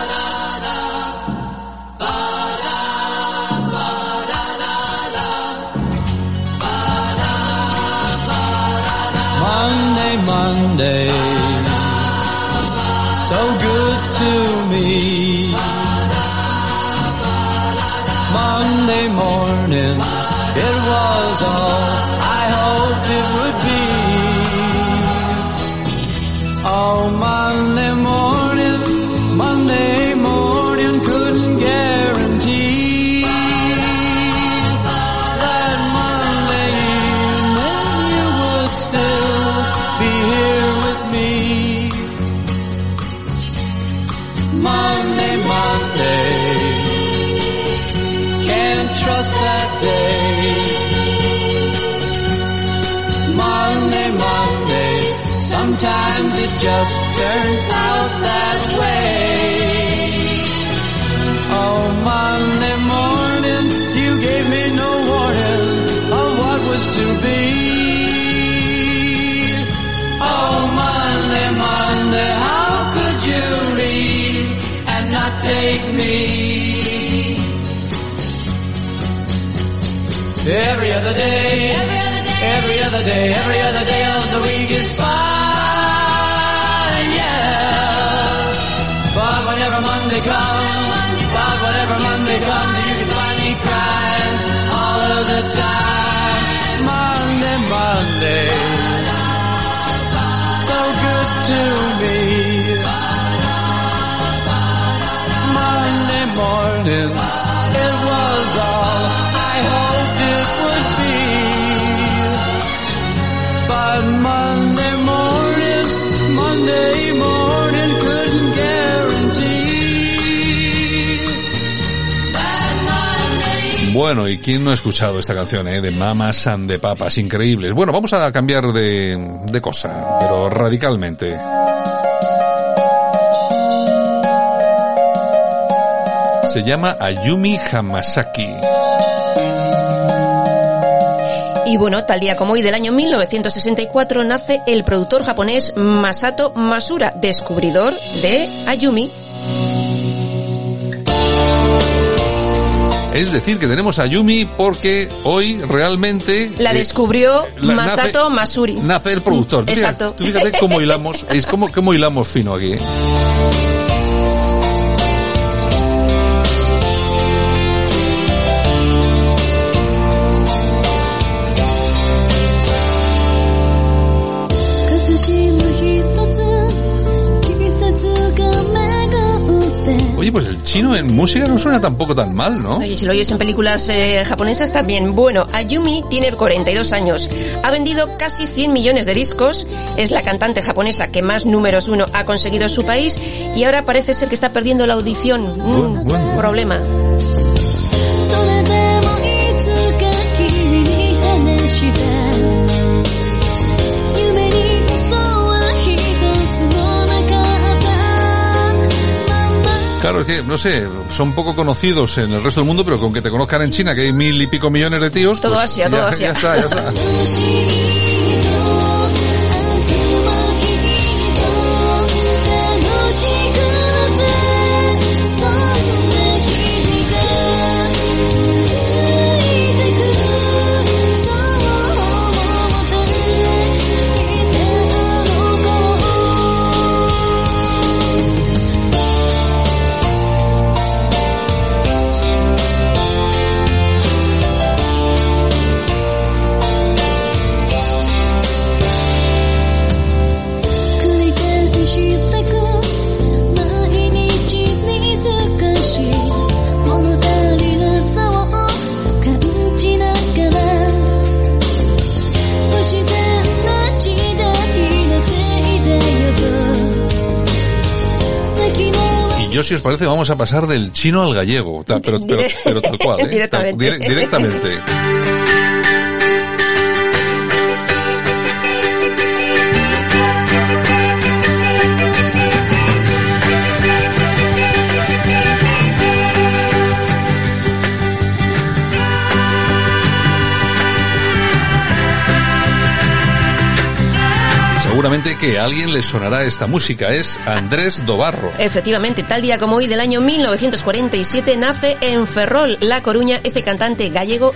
Monday, Monday, so good to me. Monday morning, it was all I hoped it would be. Oh, Monday morning, couldn't guarantee that Monday evening you would still be here with me. Monday, can't trust that day. Monday, sometimes it just turns out that way. Oh, Monday morning, you gave me no warning of what was to be. Oh, Monday, how could you leave and not take me? Every other day, every other day of the week is fine, yeah. But whenever Monday comes, you can find me crying all of the time. Monday, so good to me. Monday morning, it was all I hoped it would be. But Monday morning couldn't guarantee that Monday. Bueno, ¿y quién no ha escuchado esta canción, de Mamas and the Papas? Increíbles. Bueno, vamos a cambiar de cosa, pero radicalmente. Se llama Ayumi Hamasaki. Y bueno, tal día como hoy del año 1964 nace el productor japonés Masato Masura, descubridor de Ayumi. Es decir, que tenemos a Ayumi porque hoy realmente... La descubrió Masato Masuri. Nace el productor. Exacto. Tú fíjate cómo hilamos, cómo hilamos fino aquí. Oye, pues el chino en música no suena tampoco tan mal, ¿no? Oye, si lo oyes en películas japonesas también. Bueno, Ayumi tiene 42 años. Ha vendido casi 100 millones de discos. Es la cantante japonesa que más números 1 ha conseguido en su país. Y ahora parece ser que está perdiendo la audición. Problema. Claro, es que, no sé, son poco conocidos en el resto del mundo, pero con que te conozcan en China, que hay 1000 y pico millones de tíos... Todo pues Asia, todo Asia. Ya está. Yo, si os parece, vamos a pasar del chino al gallego, pero tal cual, directamente. Seguramente que a alguien le sonará esta música, es Andrés Dobarro. Efectivamente, tal día como hoy del año 1947 nace en Ferrol, La Coruña, este cantante gallego.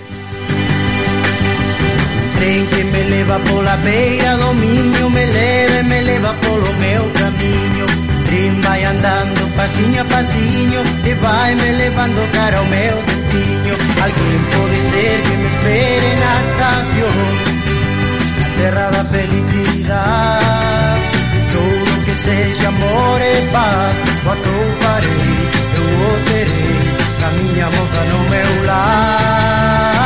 Tren que me leva pola beira do Miño, me leva polo meu camiño. Tren vai andando pasiño a pasiño e vai me levando cara ao meu destino. Alguén pode ser que me espere na estación, terra da felicidade. Todo que seja amor e paz, o atoparei, eu o terei, na miña moza no meu lar.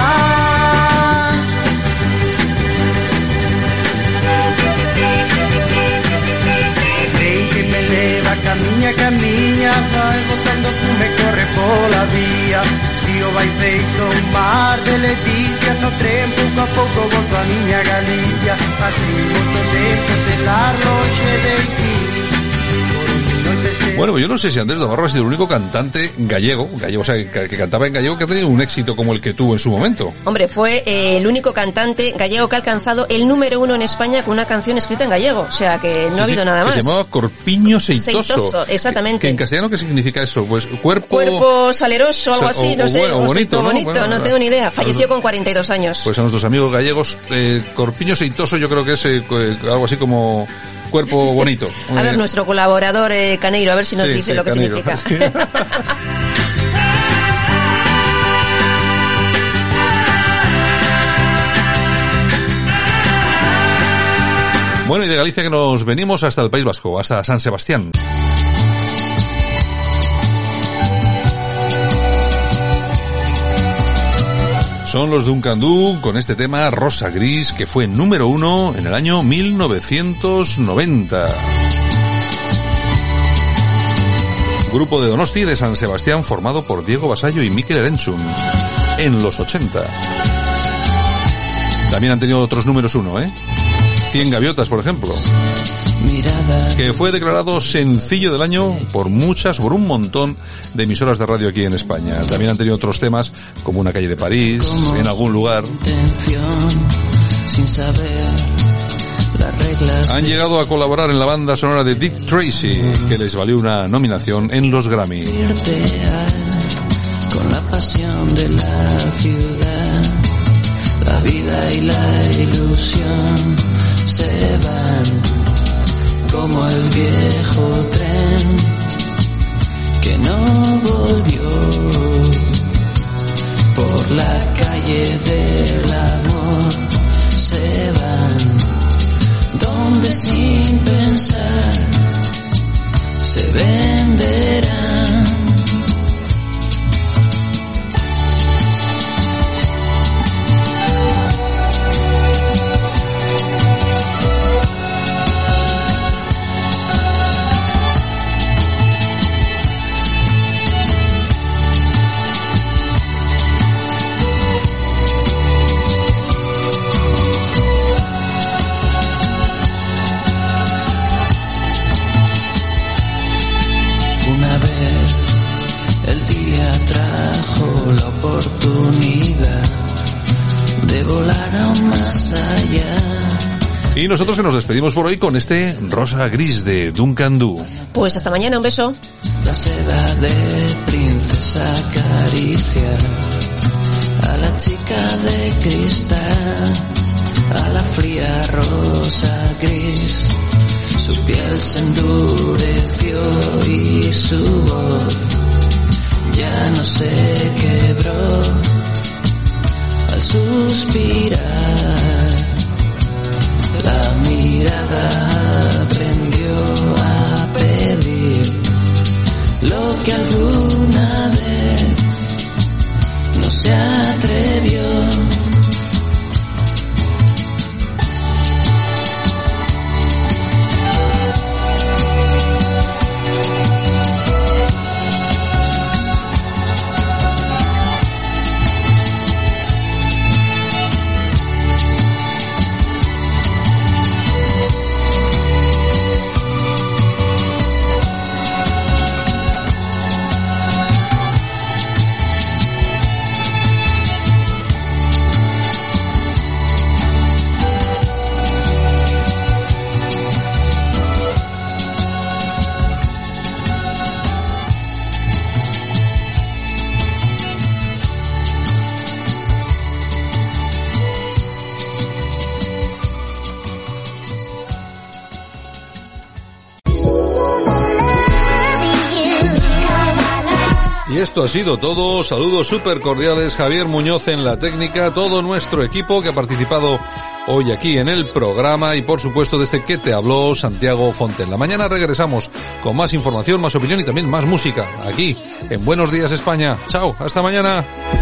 Trem que me leva, camiña, vai botando fume, corre pola vía. Río vai feito un mar de leticias, no tren pouco a pouco volto a miña Galicia. Así moito tempo estelar lonxe de ti. Bueno, yo no sé si Andrés Dobarro ha sido el único cantante gallego, o sea, que cantaba en gallego, que ha tenido un éxito como el que tuvo en su momento. Hombre, fue el único cantante gallego que ha alcanzado el número 1 en España con una canción escrita en gallego, o sea que no ha habido nada más. Se llamaba Corpiño Seitoso. Seitoso, exactamente. Que en castellano, ¿qué significa eso? Pues cuerpo saleroso, algo así, no sé. O bonito, ¿no? Bonito, no tengo ni idea. Falleció con 42 años. Pues a nuestros amigos gallegos, Corpiño Seitoso yo creo que es algo así como cuerpo bonito. A ver, nuestro colaborador Caneiro, a ver si nos dice lo que Caneiro significa. Bueno, y de Galicia que nos venimos hasta el País Vasco, hasta San Sebastián. Son los Duncan Du con este tema Rosa Gris, que fue número 1 en el año 1990. Grupo de Donosti de San Sebastián formado por Diego Basallo y Mikel Erenchun en los 80. También han tenido otros números 1, 100 Gaviotas, por ejemplo, que fue declarado sencillo del año por un montón de emisoras de radio aquí en España. También han tenido otros temas como Una calle de París, En algún lugar. Han llegado a colaborar en la banda sonora de Dick Tracy, que les valió una nominación en los Grammy. Con la pasión de la ciudad, la vida y la ilusión se van como el viejo tren que no volvió por la calle del amor. Se van donde sin pensar se venderán. Y nosotros que nos despedimos por hoy con este Rosa Gris de Duncan Du. Pues hasta mañana, un beso. La seda de princesa acaricia a la chica de cristal, a la fría rosa gris. Su piel se endureció y su voz ya no se quebró al suspirar. La mirada aprendió a pedir lo que alguna vez no se atrevió. esto ha sido todo. Saludos súper cordiales. Javier Muñoz en la técnica, todo nuestro equipo que ha participado hoy aquí en el programa y por supuesto desde que te habló Santiago Fonten. La mañana regresamos con más información, más opinión y también más música aquí en Buenos Días España. Chao, hasta mañana.